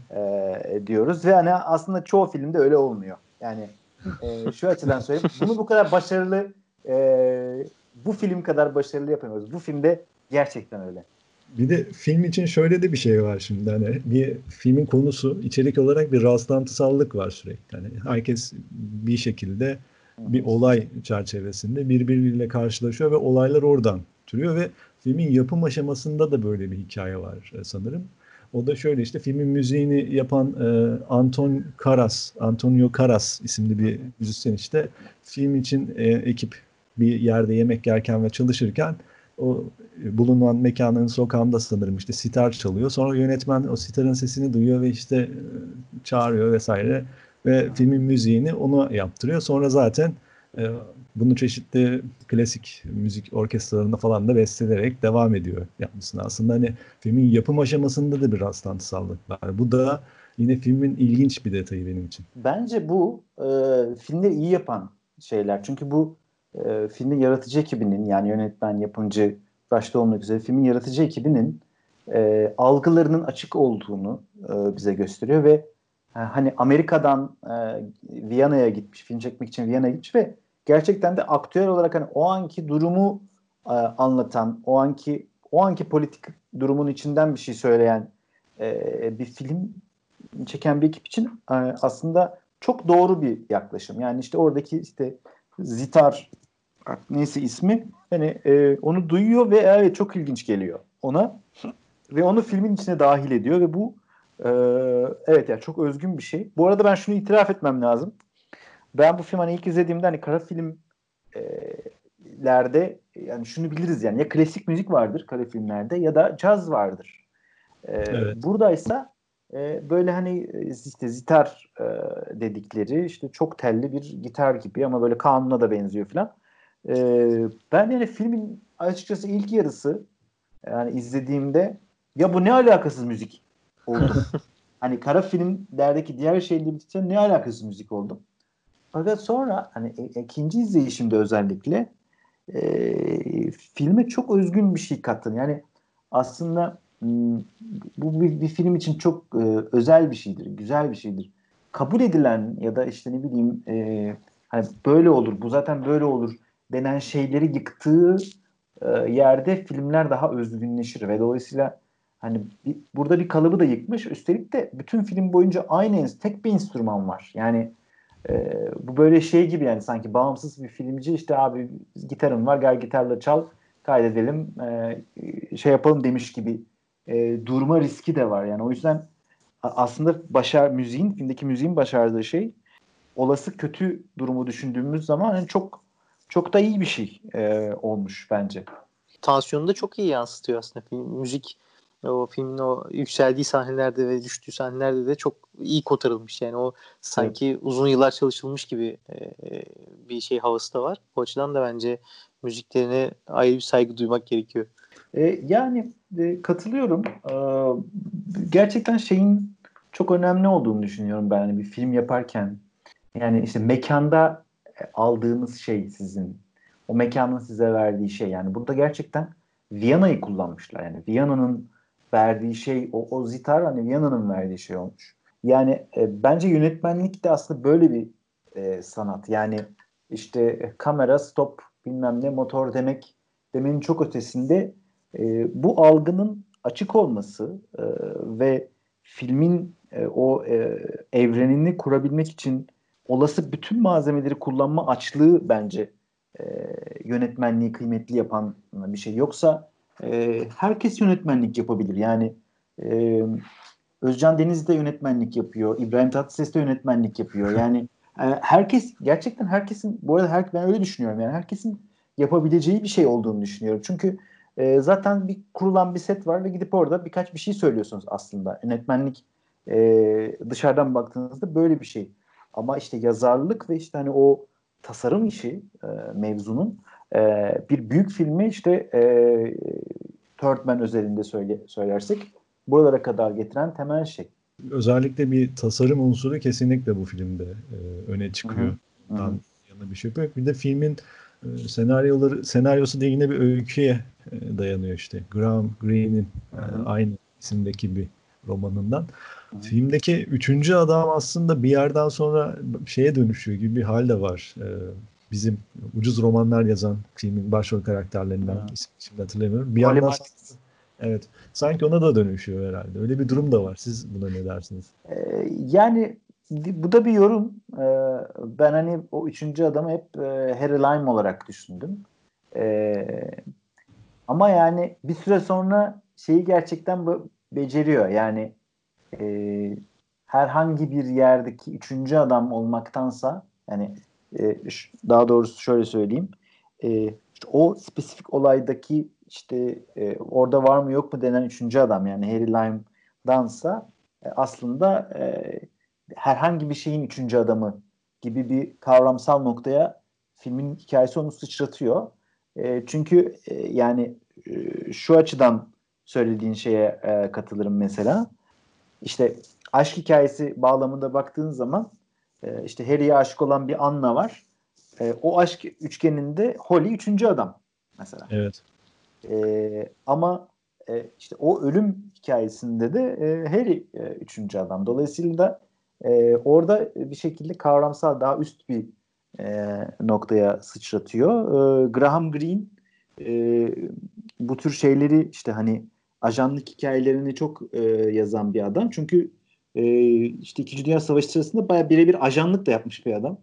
e, diyoruz ve hani aslında çoğu filmde öyle olmuyor. Yani e, şu açıdan söyleyeyim. Bunu bu kadar başarılı e, bu film kadar başarılı yapamıyoruz. Bu filmde gerçekten öyle. Bir de film için şöyle de bir şey var şimdi hani bir filmin konusu içerik olarak bir rastlantısallık var sürekli. Hani herkes bir şekilde bir olay çerçevesinde birbiriyle karşılaşıyor ve olaylar oradan türüyor ve filmin yapım aşamasında da böyle bir hikaye var sanırım. O da şöyle işte filmin müziğini yapan e, Anton Karas, Antonio Karas isimli bir müzisyen işte film için e, ekip bir yerde yemek yerken ve çalışırken o bulunan mekanın sokağında sanırım işte sitar çalıyor. Sonra yönetmen o sitarın sesini duyuyor ve işte e, çağırıyor vesaire ve filmin müziğini onu yaptırıyor. Sonra zaten e, bunu çeşitli klasik müzik orkestralarında falan da bestelerek devam ediyor yapmasına. Aslında hani filmin yapım aşamasında da bir rastlantısallık var. Bu da yine filmin ilginç bir detayı benim için. Bence bu e, filmleri iyi yapan şeyler. Çünkü bu e, filmin yaratıcı ekibinin, yani yönetmen, yapımcı başta olmak üzere filmin yaratıcı ekibinin e, algılarının açık olduğunu e, bize gösteriyor ve e, hani Amerika'dan e, Viyana'ya gitmiş, film çekmek için Viyana'ya gitmiş ve gerçekten de aktüel olarak hani o anki durumu e, anlatan, o anki o anki politik durumun içinden bir şey söyleyen e, bir film çeken bir ekip için e, aslında çok doğru bir yaklaşım. Yani işte oradaki işte Zitar neyse ismi, hani e, onu duyuyor ve evet çok ilginç geliyor ona ve onu filmin içine dahil ediyor ve bu e, evet yani çok özgün bir şey. Bu arada ben şunu itiraf etmem lazım. Ben bu film hani ilk izlediğimde hani kara filmlerde yani şunu biliriz, yani ya klasik müzik vardır kara filmlerde ya da caz vardır. Ee, Evet. buradaysa e, böyle hani e, işte zitar e, dedikleri işte çok telli bir gitar gibi ama böyle kanuna da benziyor falan. Ee, ben yani filmin açıkçası ilk yarısı yani izlediğimde ya bu ne alakasız müzik oldum. Hani kara filmlerdeki diğer şeyle birlikte ne alakasız müzik oldum. Fakat sonra hani e, ikinci izleyişimde özellikle e, filme çok özgün bir şey kattın. Yani aslında m, bu bir, bir film için çok e, özel bir şeydir, güzel bir şeydir. Kabul edilen ya da işte ne bileyim e, hani böyle olur, bu zaten böyle olur denen şeyleri yıktığı e, yerde filmler daha özgünleşir ve dolayısıyla hani bir, burada bir kalıbı da yıkmış. Üstelik de bütün film boyunca aynı tek bir enstrüman var. Yani ee, bu böyle şey gibi, yani sanki bağımsız bir filmci işte abi gitarım var gel gitarla çal kaydedelim e, şey yapalım demiş gibi e, durma riski de var. Yani o yüzden a- aslında başar müziğin filmdeki müziğin başardığı şey olası kötü durumu düşündüğümüz zaman hani çok çok da iyi bir şey e, olmuş bence. Tansiyonu da çok iyi yansıtıyor aslında film. Müzik o filmin o yükseldiği sahnelerde ve düştüğü sahnelerde de çok iyi kotarılmış. Yani o sanki evet. uzun yıllar çalışılmış gibi e, bir şey havası da var. O açıdan da bence müziklerine ayrı bir saygı duymak gerekiyor. E, yani e, katılıyorum. E, gerçekten şeyin çok önemli olduğunu düşünüyorum ben, yani bir film yaparken. Yani işte mekanda e, aldığınız şey sizin. O mekanın size verdiği şey. Yani burada gerçekten Viyana'yı kullanmışlar. Yani Viyana'nın verdiği şey, o, o zitar hani Viyana'nın verdiği şey olmuş. Yani e, bence yönetmenlik de aslında böyle bir e, sanat. Yani işte e, kamera, stop, bilmem ne, motor demek demenin çok ötesinde e, bu algının açık olması e, ve filmin e, o e, evrenini kurabilmek için olası bütün malzemeleri kullanma açlığı bence e, yönetmenliği kıymetli yapan bir şey. Yoksa e, herkes yönetmenlik yapabilir. Yani e, Özcan Deniz de yönetmenlik yapıyor. İbrahim Tatlıses de yönetmenlik yapıyor. Yani e, herkes, gerçekten herkesin, bu arada her, ben öyle düşünüyorum. Yani herkesin yapabileceği bir şey olduğunu düşünüyorum. Çünkü e, zaten bir kurulan bir set var ve gidip orada birkaç bir şey söylüyorsunuz aslında. Yönetmenlik e, dışarıdan baktığınızda böyle bir şey. Ama işte yazarlık ve işte hani o tasarım işi e, mevzunun e, bir büyük filmi işte e, Third Man özelinde söyle, söylersek buralara kadar getiren temel şey. Özellikle bir tasarım unsuru kesinlikle bu filmde e, öne çıkıyor. Hı hı. Ondan yana bir şey yok. Bir de filmin e, senaryoları senaryosu da yine bir öyküye e, dayanıyor işte. Graham Greene'in e, aynı isimdeki bir romanından. Hı hı. Filmdeki üçüncü adam aslında bir yerden sonra şeye dönüşüyor gibi bir hal de var. E, bizim ucuz romanlar yazan filmin başrol karakterlerinden Hı. ismini şimdi hatırlamıyorum. Bir Holly yandan Martins. evet. Sanki ona da dönüşüyor herhalde. Öyle bir durum da var. Siz buna ne dersiniz? Ee, yani bu da bir yorum. Ee, ben hani o üçüncü adamı hep e, Harry Lime olarak düşündüm. Ee, ama yani bir süre sonra şeyi gerçekten bu, beceriyor. Yani e, herhangi bir yerdeki üçüncü adam olmaktansa, yani e, ş- daha doğrusu şöyle söyleyeyim. E, işte o spesifik olaydaki işte e, orada var mı yok mu denen üçüncü adam, yani Harry Lime'dansa e, aslında e, herhangi bir şeyin üçüncü adamı gibi bir kavramsal noktaya filmin hikayesi onu sıçratıyor. E, çünkü e, yani e, şu açıdan söylediğin şeye e, katılırım mesela. İşte aşk hikayesi bağlamında baktığın zaman e, işte Harry'e aşık olan bir Anna var. E, o aşk üçgeninde Holly üçüncü adam mesela. Evet. E, ama e, işte o ölüm hikayesinde de e, Harry e, üçüncü adam. Dolayısıyla da e, orada bir şekilde kavramsal daha üst bir e, noktaya sıçratıyor. E, Graham Greene e, bu tür şeyleri işte hani ajanlık hikayelerini çok e, yazan bir adam. Çünkü e, işte İkinci Dünya Savaşı sırasında bayağı birebir ajanlık da yapmış bir adam.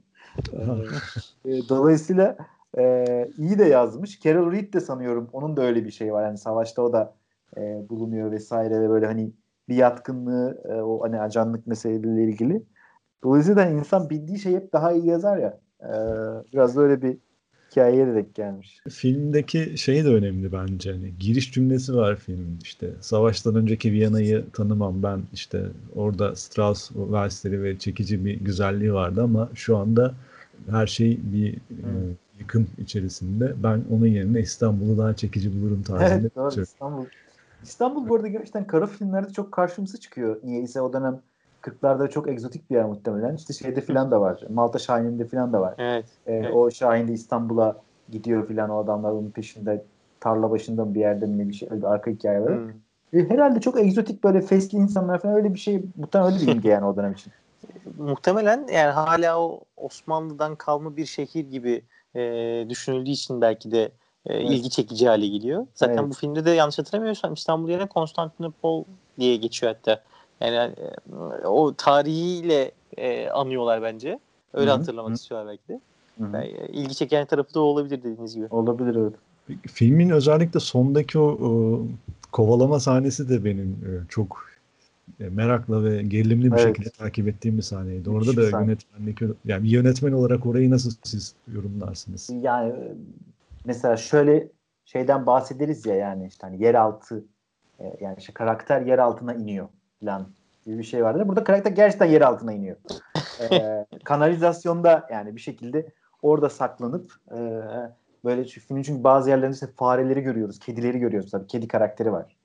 E, e, dolayısıyla e, iyi de yazmış. Carol Reed de sanıyorum onun da öyle bir şey var. Yani savaşta o da e, bulunuyor vesaire ve böyle hani bir yatkınlığı e, o hani ajanlık meseleleriyle ilgili. Dolayısıyla insan bildiği şeyi hep daha iyi yazar ya. E, biraz da öyle bir hikayeye de denk gelmiş. Filmdeki şey de önemli bence. Hani giriş cümlesi var filmin işte. Savaştan önceki Viyana'yı tanımam ben işte orada Strauss valsleri ve çekici bir güzelliği vardı ama şu anda her şey bir e, yıkım içerisinde. Ben onun yerine İstanbul'u daha çekici bulurum tarzında. Evet doğru İstanbul. İstanbul bu arada gerçekten kara filmlerde çok karşımıza çıkıyor. Niyeyse o dönem kırklarda çok egzotik bir yer muhtemelen. İşte şeyde filan da var. Malta Şahin'de filan da var. Evet. Ee, evet. O Şahin de İstanbul'a gidiyor filan o adamlar onun peşinde tarla başında mı bir yerde mi bir şey öyle bir arka hikayeleri. Hmm. E, herhalde çok egzotik böyle fesli insanlar falan öyle bir şey muhtemelen öyle bir imge yani o dönem için. Muhtemelen yani hala o Osmanlı'dan kalma bir şehir gibi e, düşünüldüğü için belki de e, Evet. ilgi çekici hale geliyor. Zaten Evet. bu filmde de yanlış hatırlamıyorsam İstanbul yerine Konstantinopol diye geçiyor hatta. Yani e, o tarihiyle e, anıyorlar bence. Öyle Hı-hı. hatırlamak Hı-hı. istiyorlar belki de. Hı-hı. Yani, e, ilgi çeken tarafı da o olabilir dediğiniz gibi. Olabilir evet. Filmin özellikle sondaki o, o kovalama sahnesi de benim e, çok e, merakla ve gerilimli bir Evet. şekilde takip ettiğim bir sahneydi. Müthiş Orada bir da sahne. yönetmendeki yani bir yönetmen olarak orayı nasıl siz yorumlarsınız? Yani mesela şöyle şeyden bahsederiz ya yani işte hani yeraltı e, yani işte karakter yer altına iniyor falan gibi bir şey vardı. Burada karakter gerçekten yer altına iniyor. E, kanalizasyonda yani bir şekilde orada saklanıp e, böyle filmin çünkü bazı yerlerinde işte fareleri görüyoruz, kedileri görüyoruz. Tabii kedi karakteri var.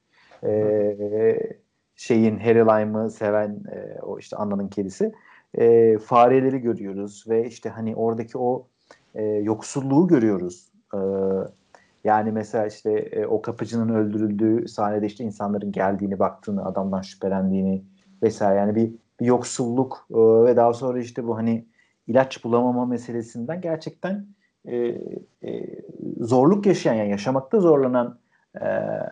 E, şeyin Harry Lime'ı seven e, o işte Anna'nın kedisi. E, fareleri görüyoruz ve işte hani oradaki o e, yoksulluğu görüyoruz. E, yani mesela işte e, o kapıcının öldürüldüğü sahnede işte insanların geldiğini, baktığını, adamdan şüphelendiğini vesaire. Yani bir, bir yoksulluk e, ve daha sonra işte bu hani ilaç bulamama meselesinden gerçekten e, e, zorluk yaşayan yani yaşamakta zorlanan e,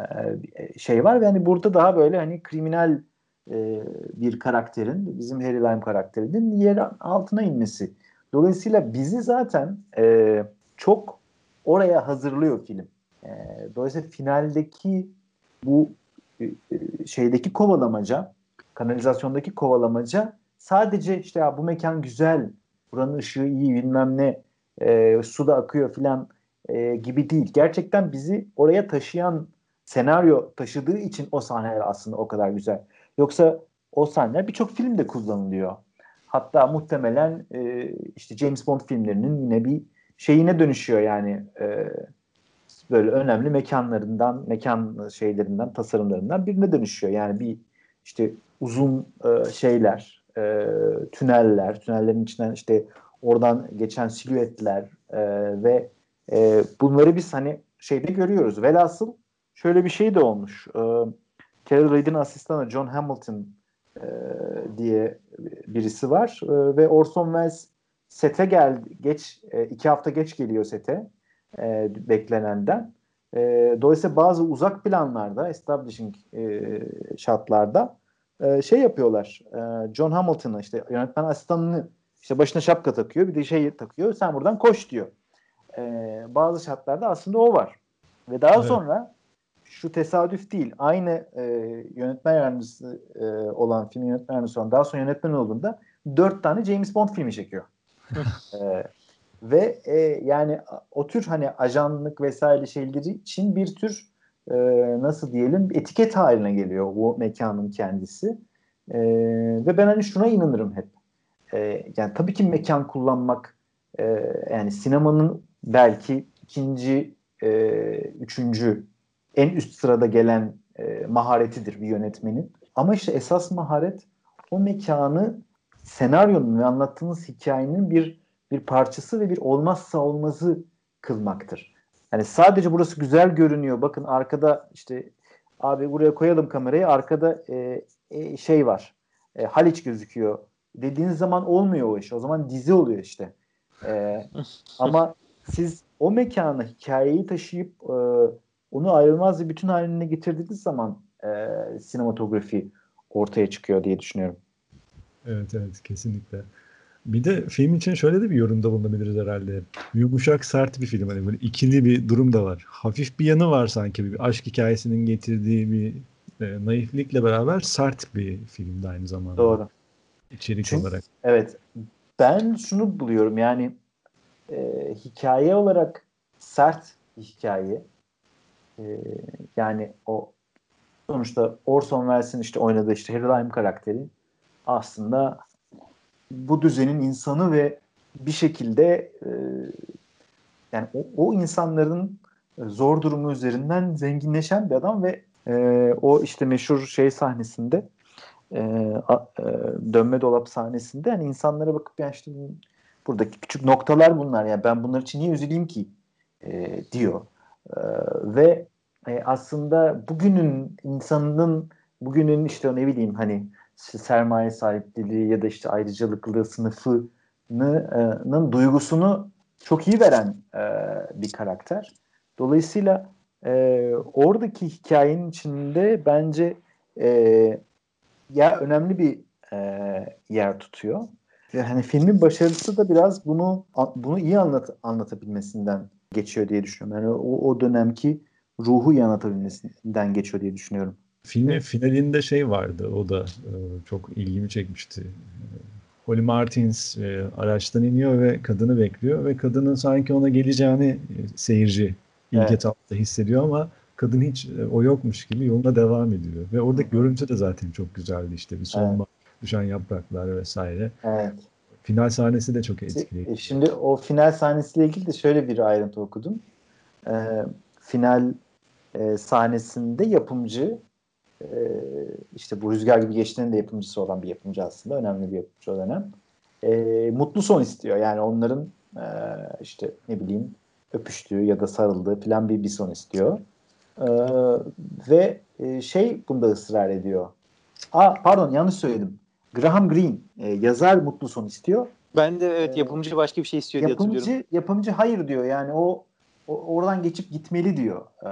şey var ve hani burada daha böyle hani kriminal e, bir karakterin bizim Harry Lime karakterinin yer altına inmesi. Dolayısıyla bizi zaten e, çok oraya hazırlıyor film. E, dolayısıyla finaldeki bu e, şeydeki kovalamaca, kanalizasyondaki kovalamaca sadece işte ya bu mekan güzel, buranın ışığı iyi bilmem ne, e, su da akıyor filan e, gibi değil. Gerçekten bizi oraya taşıyan senaryo taşıdığı için o sahneler aslında o kadar güzel. Yoksa o sahneler birçok filmde kullanılıyor. Hatta muhtemelen e, işte James Bond filmlerinin yine bir şeyine dönüşüyor yani e, böyle önemli mekanlarından, mekan şeylerinden, tasarımlarından birine dönüşüyor. Yani bir işte uzun e, şeyler, e, tüneller, tünellerin içinden işte oradan geçen silüetler e, ve e, bunları biz hani şeyde görüyoruz. Velhasıl şöyle bir şey de olmuş. E, Carol Reed'in asistanı John Hamilton e, diye birisi var e, ve Orson Welles sete geldi, geç e, iki hafta geç geliyor sete e, beklenenden. E, dolayısıyla bazı uzak planlarda, establishing e, şartlarda e, şey yapıyorlar. E, John Hamilton'a işte yönetmen asistanını işte başına şapka takıyor, bir de şey takıyor. Sen buradan koş diyor. E, bazı şartlarda aslında o var. Ve daha Evet. sonra şu tesadüf değil. Aynı e, yönetmen yardımcısı e, olan film yönetmen yardımcısı olan daha sonra yönetmen olduğunda dört tane James Bond filmi çekiyor. e, ve e, yani o tür hani ajanlık vesaire şeyleri için bir tür e, nasıl diyelim bir etiket haline geliyor bu mekanın kendisi. E, ve ben hani şuna inanırım hep. E, yani tabii ki mekan kullanmak e, yani sinemanın belki ikinci, e, üçüncü en üst sırada gelen e, maharetidir bir yönetmenin. Ama işte esas maharet o mekanı senaryonun ve anlattığınız hikayenin bir bir parçası ve bir olmazsa olmazı kılmaktır. Yani sadece burası güzel görünüyor. Bakın arkada işte abi buraya koyalım kamerayı. Arkada e, e, şey var. E, Haliç gözüküyor. Dediğiniz zaman olmuyor o iş. O zaman dizi oluyor işte. E, ama siz o mekana hikayeyi taşıyıp e, onu ayrılmaz bir bütün haline getirdiğiniz zaman e, sinematografi ortaya çıkıyor diye düşünüyorum. Evet evet kesinlikle. Bir de film için şöyle de bir yorumda bulunabiliriz herhalde. Yumuşak sert bir film. Hani böyle ikili bir durum da var. Hafif bir yanı var sanki. Bir aşk hikayesinin getirdiği bir e, naiflikle beraber sert bir filmdi aynı zamanda. Doğru. İçerik Çünkü, olarak. evet. Ben şunu buluyorum yani e, hikaye olarak sert bir hikaye. E, yani o sonuçta Orson Welles'in işte oynadığı işte Harry Lime karakteri aslında bu düzenin insanı ve bir şekilde e, yani o, o insanların zor durumu üzerinden zenginleşen bir adam ve e, o işte meşhur şey sahnesinde e, a, e, dönme dolap sahnesinde yani insanlara bakıp yani işte buradaki küçük noktalar bunlar yani ben bunlar için niye üzüleyim ki e, diyor. E, ve e, aslında bugünün insanının bugünün işte ne bileyim hani işte sermaye sahipliği ya da işte ayrıcalıklı sınıfının duygusunu çok iyi veren e, bir karakter. Dolayısıyla e, oradaki hikayenin içinde bence e, ya önemli bir e, yer tutuyor. Ve hani filmin başarısı da biraz bunu bunu iyi anlat, anlatabilmesinden geçiyor diye düşünüyorum. Yani o, o dönemki ruhu iyi anlatabilmesinden geçiyor diye düşünüyorum. Filmin Evet. finalinde şey vardı. O da e, çok ilgimi çekmişti. Holly Martins e, araçtan iniyor ve kadını bekliyor ve kadının sanki ona geleceğini e, seyirci ilk Evet. etapta hissediyor ama kadın hiç e, o yokmuş gibi yoluna devam ediyor. Ve oradaki görüntü de zaten çok güzeldi işte bir Evet. sonbahar, düşen yapraklar vesaire. Evet. Final sahnesi de çok etkileyici. E, Şimdi o final sahnesiyle ilgili de şöyle bir ayrıntı okudum. E, final e, sahnesinde yapımcı e, işte bu Rüzgar Gibi Geçtiğinin de yapımcısı olan bir yapımcı aslında. Önemli bir yapımcı o dönem. E, mutlu son istiyor. Yani onların e, işte ne bileyim öpüştüğü ya da sarıldığı falan bir, bir son istiyor. E, ve e, şey bunda ısrar ediyor. Aa, pardon yanlış söyledim. Graham Greene e, yazar mutlu son istiyor. Ben de evet E, yapımcı başka bir şey istiyor diye hatırlıyorum. yapımcı yapımcı hayır diyor. Yani o, o oradan geçip gitmeli diyor. E,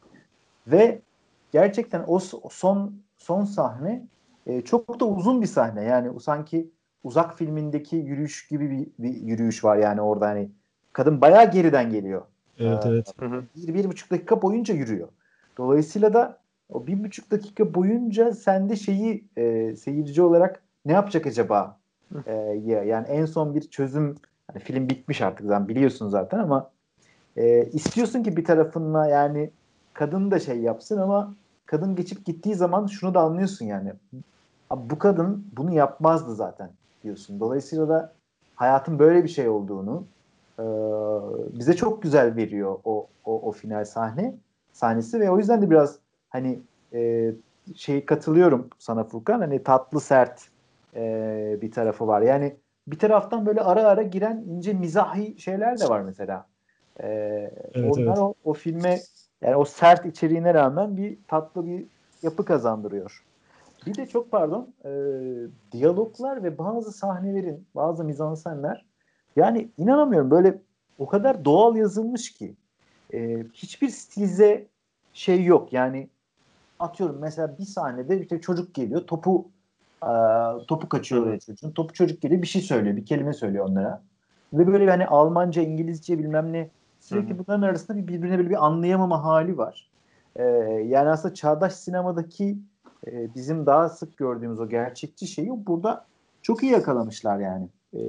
ve gerçekten o son son sahne e, çok da uzun bir sahne. Yani sanki Uzak filmindeki yürüyüş gibi bir, bir yürüyüş var yani orada hani kadın bayağı geriden geliyor. Evet Ee, evet. Hı hı. bir, bir buçuk dakika boyunca yürüyor. Dolayısıyla da o bir buçuk dakika boyunca sen de şeyi e, seyirci olarak ne yapacak acaba? E, ya, yani en son bir çözüm hani film bitmiş artık zaten biliyorsun zaten ama e, istiyorsun ki bir tarafına yani kadın da şey yapsın ama kadın geçip gittiği zaman şunu da anlıyorsun yani. Abi bu kadın bunu yapmazdı zaten diyorsun. Dolayısıyla da hayatın böyle bir şey olduğunu e, bize çok güzel veriyor o, o, o final sahne sahnesi ve o yüzden de biraz hani e, şey katılıyorum sana Furkan hani tatlı sert e, bir tarafı var. Yani bir taraftan böyle ara ara giren ince mizahi şeyler de var mesela. Ee, Evet onlar evet. o, o filme yani o sert içeriğine rağmen bir tatlı bir yapı kazandırıyor. Bir de çok pardon e, diyaloglar ve bazı sahnelerin bazı mizansenler yani inanamıyorum böyle o kadar doğal yazılmış ki e, hiçbir stilize şey yok. Yani atıyorum mesela bir sahnede işte çocuk geliyor topu e, topu Hı kaçıyor hı. oraya çocuğun. Topu çocuk geliyor bir şey söylüyor bir kelime söylüyor onlara. Ve böyle hani Almanca, İngilizce bilmem ne Hı hı. sürekli bunların arasında bir birbirine böyle bir anlayamama hali var. E, yani aslında çağdaş sinemadaki e, bizim daha sık gördüğümüz o gerçekçi şeyi burada çok iyi yakalamışlar yani. E,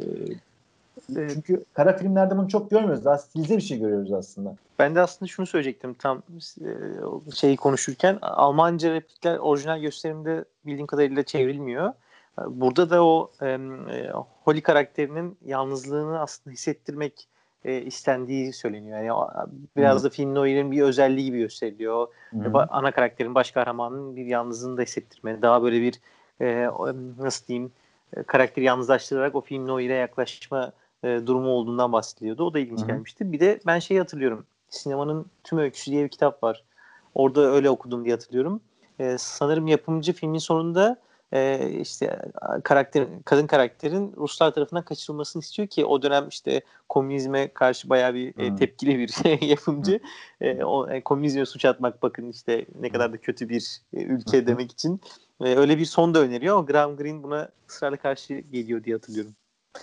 Evet. çünkü kara filmlerde bunu çok görmüyoruz. Daha stilize bir şey görüyoruz aslında. Ben de aslında şunu söyleyecektim tam e, şeyi konuşurken Almanca replikler orijinal gösterimde bildiğim kadarıyla çevrilmiyor. Burada da o e, Holly karakterinin yalnızlığını aslında hissettirmek e, istendiği söyleniyor. Yani o, biraz Hı. da film noir'in bir özelliği gibi gösteriliyor. Hı Ve hı. ba- ana karakterin baş kahramanının bir yalnızlığını da hissettirme. Daha böyle bir e, nasıl diyeyim e, karakteri yalnızlaştırarak o filmin o yere yaklaşma e, durumu olduğundan bahsediliyordu. O da ilginç Hı hı. gelmişti. Bir de ben şeyi hatırlıyorum. Sinemanın Tüm Öyküsü diye bir kitap var. Orada öyle okudum diye hatırlıyorum. E, sanırım yapımcı filmin sonunda e, işte karakter, kadın karakterin Ruslar tarafından kaçırılmasını istiyor ki o dönem işte komünizme karşı bayağı bir e, Hmm. tepkili bir yapımcı. E, o e, komünizme suç atmak bakın işte ne kadar da kötü bir e, ülke demek için e, öyle bir son da öneriyor ama Graham Greene buna ısrarla karşı geliyor diye hatırlıyorum.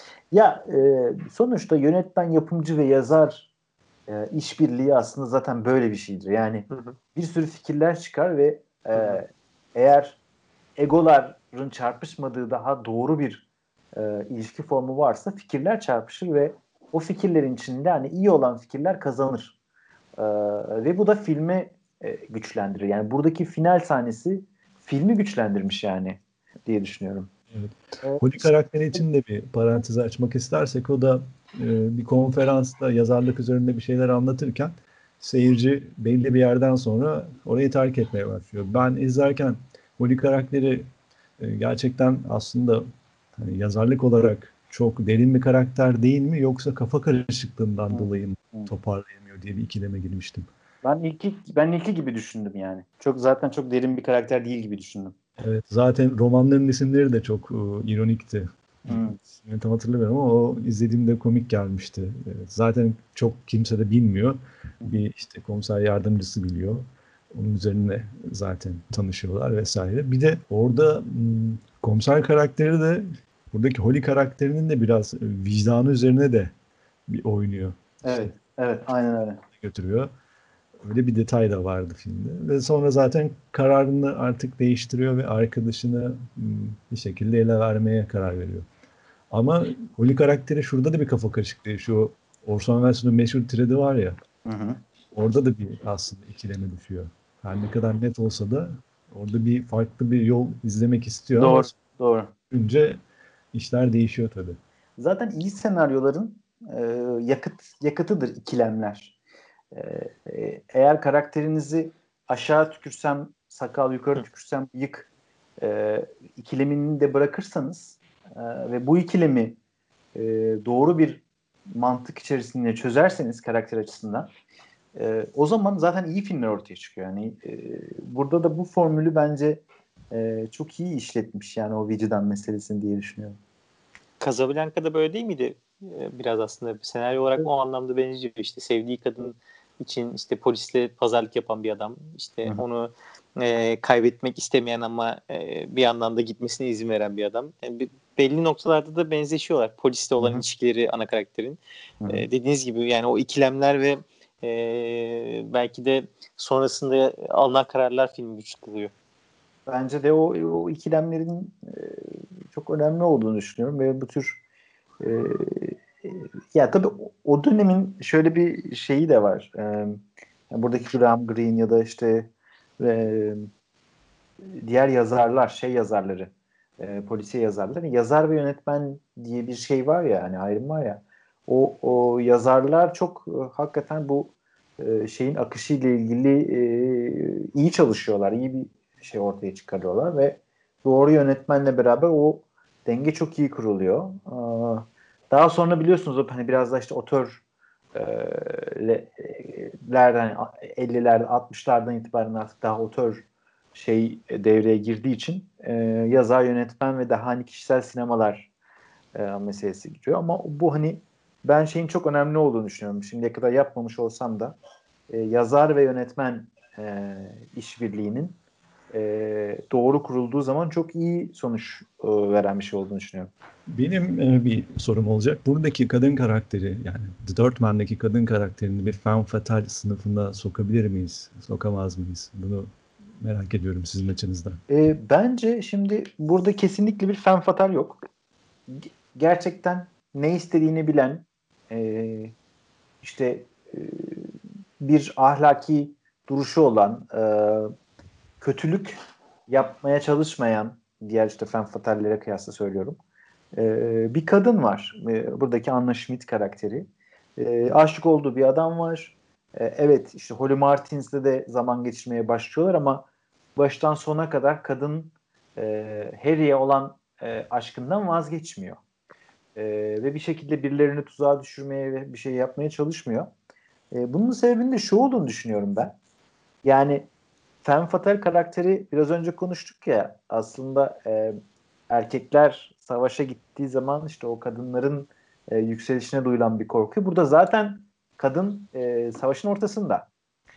Ya e, sonuçta yönetmen, yapımcı ve yazar e, işbirliği aslında zaten böyle bir şeydir. Yani Hı hı. bir sürü fikirler çıkar ve e, Hı hı. eğer egoların çarpışmadığı daha doğru bir e, ilişki formu varsa fikirler çarpışır ve o fikirlerin içinde hani iyi olan fikirler kazanır. E, ve bu da filmi e, güçlendirir. Yani buradaki final sahnesi filmi güçlendirmiş yani diye düşünüyorum. Evet. Evet. Holly karakteri için de bir parantez açmak istersek o da e, bir konferansta yazarlık üzerinde bir şeyler anlatırken seyirci belli bir yerden sonra orayı terk etmeye başlıyor. Ben izlerken Holly karakteri e, gerçekten aslında hani yazarlık olarak çok derin bir karakter değil mi yoksa kafa karışıklığından Hı. dolayı mı Hı. toparlayamıyor diye bir ikileme girmiştim. Ben ilki ben ilki gibi düşündüm yani. Çok zaten çok derin bir karakter değil gibi düşündüm. Evet, zaten romanların isimleri de çok e, ironikti. Hmm. İsmini tam hatırlamıyorum ama o izlediğimde komik gelmişti. Evet, zaten çok kimse de bilmiyor. Bir işte komiser yardımcısı biliyor. Onun üzerine zaten tanışıyorlar vesaire. Bir de orada hmm, komiser karakteri de buradaki Holly karakterinin de biraz e, vicdanı üzerine de bir oynuyor. İşte Evet, evet, aynen öyle. götürüyor. Öyle bir detay da vardı filmde. Ve sonra zaten kararını artık değiştiriyor ve arkadaşını hmm, bir şekilde ele vermeye karar veriyor. Ama Holly karakteri şurada da bir kafa karışıklığı yaşıyor. Orson Welles'in meşhur tredi var ya. Hı hı. Orada da bir aslında ikileme düşüyor. Her ne kadar net olsa da orada bir farklı bir yol izlemek istiyor ama Doğru, doğru. önce işler değişiyor tabii. Zaten iyi senaryoların e, yakıt yakıtıdır ikilemler. E, e, eğer karakterinizi aşağı tükürsem sakal, yukarı Hı. tükürsem bıyık e, ikilemini de bırakırsanız e, ve bu ikilemi e, doğru bir mantık içerisinde çözerseniz karakter açısından e, o zaman zaten iyi filmler ortaya çıkıyor. Yani e, burada da bu formülü bence e, çok iyi işletmiş yani o vicdan meselesini diye düşünüyorum. Casablanca'da böyle değil miydi? Ee, Biraz aslında senaryo olarak o anlamda benziyor. İşte sevdiği kadın için işte polisle pazarlık yapan bir adam. İşte Hı hı. onu e, kaybetmek istemeyen ama e, bir yandan da gitmesine izin veren bir adam. Yani bir- belli noktalarda da benzeşiyorlar. Polisle olan Hı hı. ilişkileri ana karakterin. Hı hı. E, dediğiniz gibi yani o ikilemler ve e, belki de sonrasında alınan kararlar filmi güçlü kılıyor. Bence de o, o ikilemlerin e, çok önemli olduğunu düşünüyorum ve bu tür e, e, ya tabii o, o dönemin şöyle bir şeyi de var. E, yani buradaki Graham Greene ya da işte e, diğer yazarlar, şey yazarları, e, polisiye yazarlar. Yani yazar ve yönetmen diye bir şey var ya, hani ayrım var ya. O, o yazarlar çok e, hakikaten bu e, şeyin akışı ile ilgili e, iyi çalışıyorlar, iyi bir şey ortaya çıkarıyorlar ve doğru yönetmenle beraber o denge çok iyi kuruluyor. Aa, daha sonra biliyorsunuz o hani biraz da işte otör e, le- e, lerden ellilerde altmışlardan itibaren artık daha otör şey e, devreye girdiği için e, yazar, yönetmen ve daha hani kişisel sinemalar e, meselesi giriyor. Ama bu hani ben şeyin çok önemli olduğunu düşünüyorum. Şimdiye kadar yapmamış olsam da e, yazar ve yönetmen e, işbirliğinin e, doğru kurulduğu zaman çok iyi sonuç e, veren bir şey olduğunu düşünüyorum. Benim e, bir sorum olacak. Buradaki kadın karakteri yani The Dirtman'daki kadın karakterini bir femme fatale sınıfına sokabilir miyiz? Sokamaz mıyız? Bunu merak ediyorum sizin açınızdan. E, bence şimdi burada kesinlikle bir femme fatale yok. G- gerçekten ne istediğini bilen e, işte e, bir ahlaki duruşu olan, e, kötülük yapmaya çalışmayan, diğer işte femme fatale'lere kıyasla söylüyorum, e, bir kadın var. E, buradaki Anna Schmidt karakteri. E, aşık olduğu bir adam var. E, evet işte Holly Martins'le de zaman geçirmeye başlıyorlar ama baştan sona kadar kadın e, Harry'e olan e, aşkından vazgeçmiyor. E, ve bir şekilde birilerini tuzağa düşürmeye ve bir şey yapmaya çalışmıyor. E, bunun sebebinin de şu olduğunu düşünüyorum ben. Yani Femme Fatale karakteri biraz önce konuştuk ya, aslında e, erkekler savaşa gittiği zaman işte o kadınların e, yükselişine duyulan bir korku. Burada zaten kadın e, savaşın ortasında.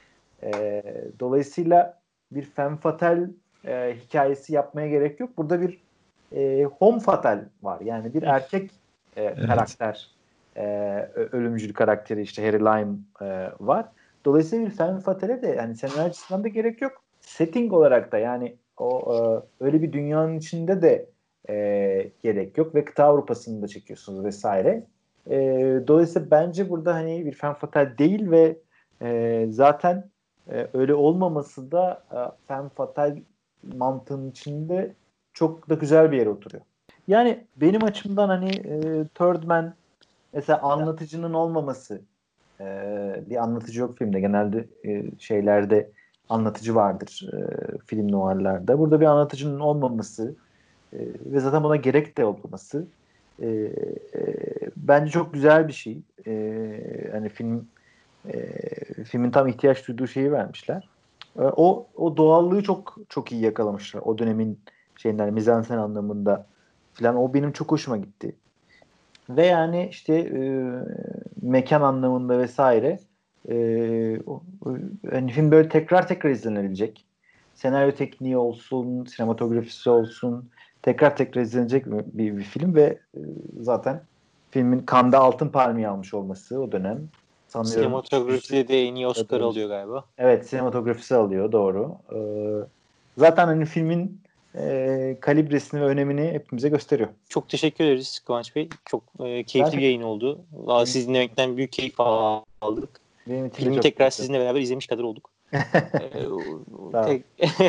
E, dolayısıyla bir Femme Fatale e, hikayesi yapmaya gerek yok. Burada bir e, Homme Fatale var. Yani bir erkek e, Evet. karakter, e, ölümcül karakteri işte Harry Lime e, var. Dolayısıyla bir Femme Fatale de yani senaryo açısından da gerek yok. Setting olarak da yani o e, öyle bir dünyanın içinde de e, gerek yok ve kıta Avrupa'sını da çekiyorsunuz vesaire. E, dolayısıyla bence burada hani bir Femme Fatale değil ve e, zaten e, öyle olmaması da e, Femme Fatale mantığının içinde çok da güzel bir yere oturuyor. Yani benim açımdan hani e, Third Man mesela anlatıcının olmaması, e, bir anlatıcı yok filmde. Genelde e, şeylerde anlatıcı vardır, e, film noirlerde. Burada bir anlatıcının olmaması e, ve zaten buna gerek de olmaması e, e, bence çok güzel bir şey. E, hani film e, filmin tam ihtiyaç duyduğu şeyi vermişler. E, o o doğallığı çok çok iyi yakalamışlar. O dönemin şeyler mizansen anlamında falan. O benim çok hoşuma gitti. Ve yani işte e, mekan anlamında vesaire e, o, o, hani film böyle tekrar tekrar izlenebilecek. Senaryo tekniği olsun, sinematografisi olsun, tekrar tekrar izlenecek bir, bir film ve e, zaten filmin Cannes'da Altın Palmiye almış olması o dönem. Sanıyorum Sinematografide de en iyi Oscar Evet, alıyor galiba. Evet, sinematografisi alıyor, doğru. Ee, zaten hani filmin e, kalibresini ve önemini hepimize gösteriyor. Çok teşekkür ederiz Kıvanç Bey. Çok e, keyifli Ben bir yayın oldu. Valla sizi dinlemekten büyük keyif aldık. Benim için de Filmi çok tekrar güzel. sizinle beraber izlemiş kadar olduk. Ee, Sağ ol. tek...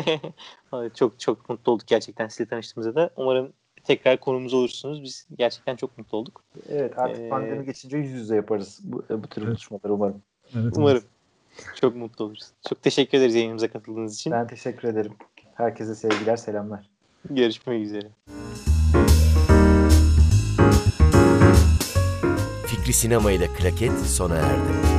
çok çok mutlu olduk gerçekten sizinle tanıştığımıza da. Umarım tekrar konumuz olursunuz. Biz gerçekten çok mutlu olduk. Evet, artık Ee, pandemi geçince yüz yüze yaparız bu, bu tür Evet. buluşmaları umarım. Evet, Umarım. Çok mutlu oluruz. Çok teşekkür ederiz yayınımıza katıldığınız için. Ben teşekkür ederim. Herkese sevgiler, selamlar. Görüşmek üzere. Fikri Sinema ile Klaket sona erdi.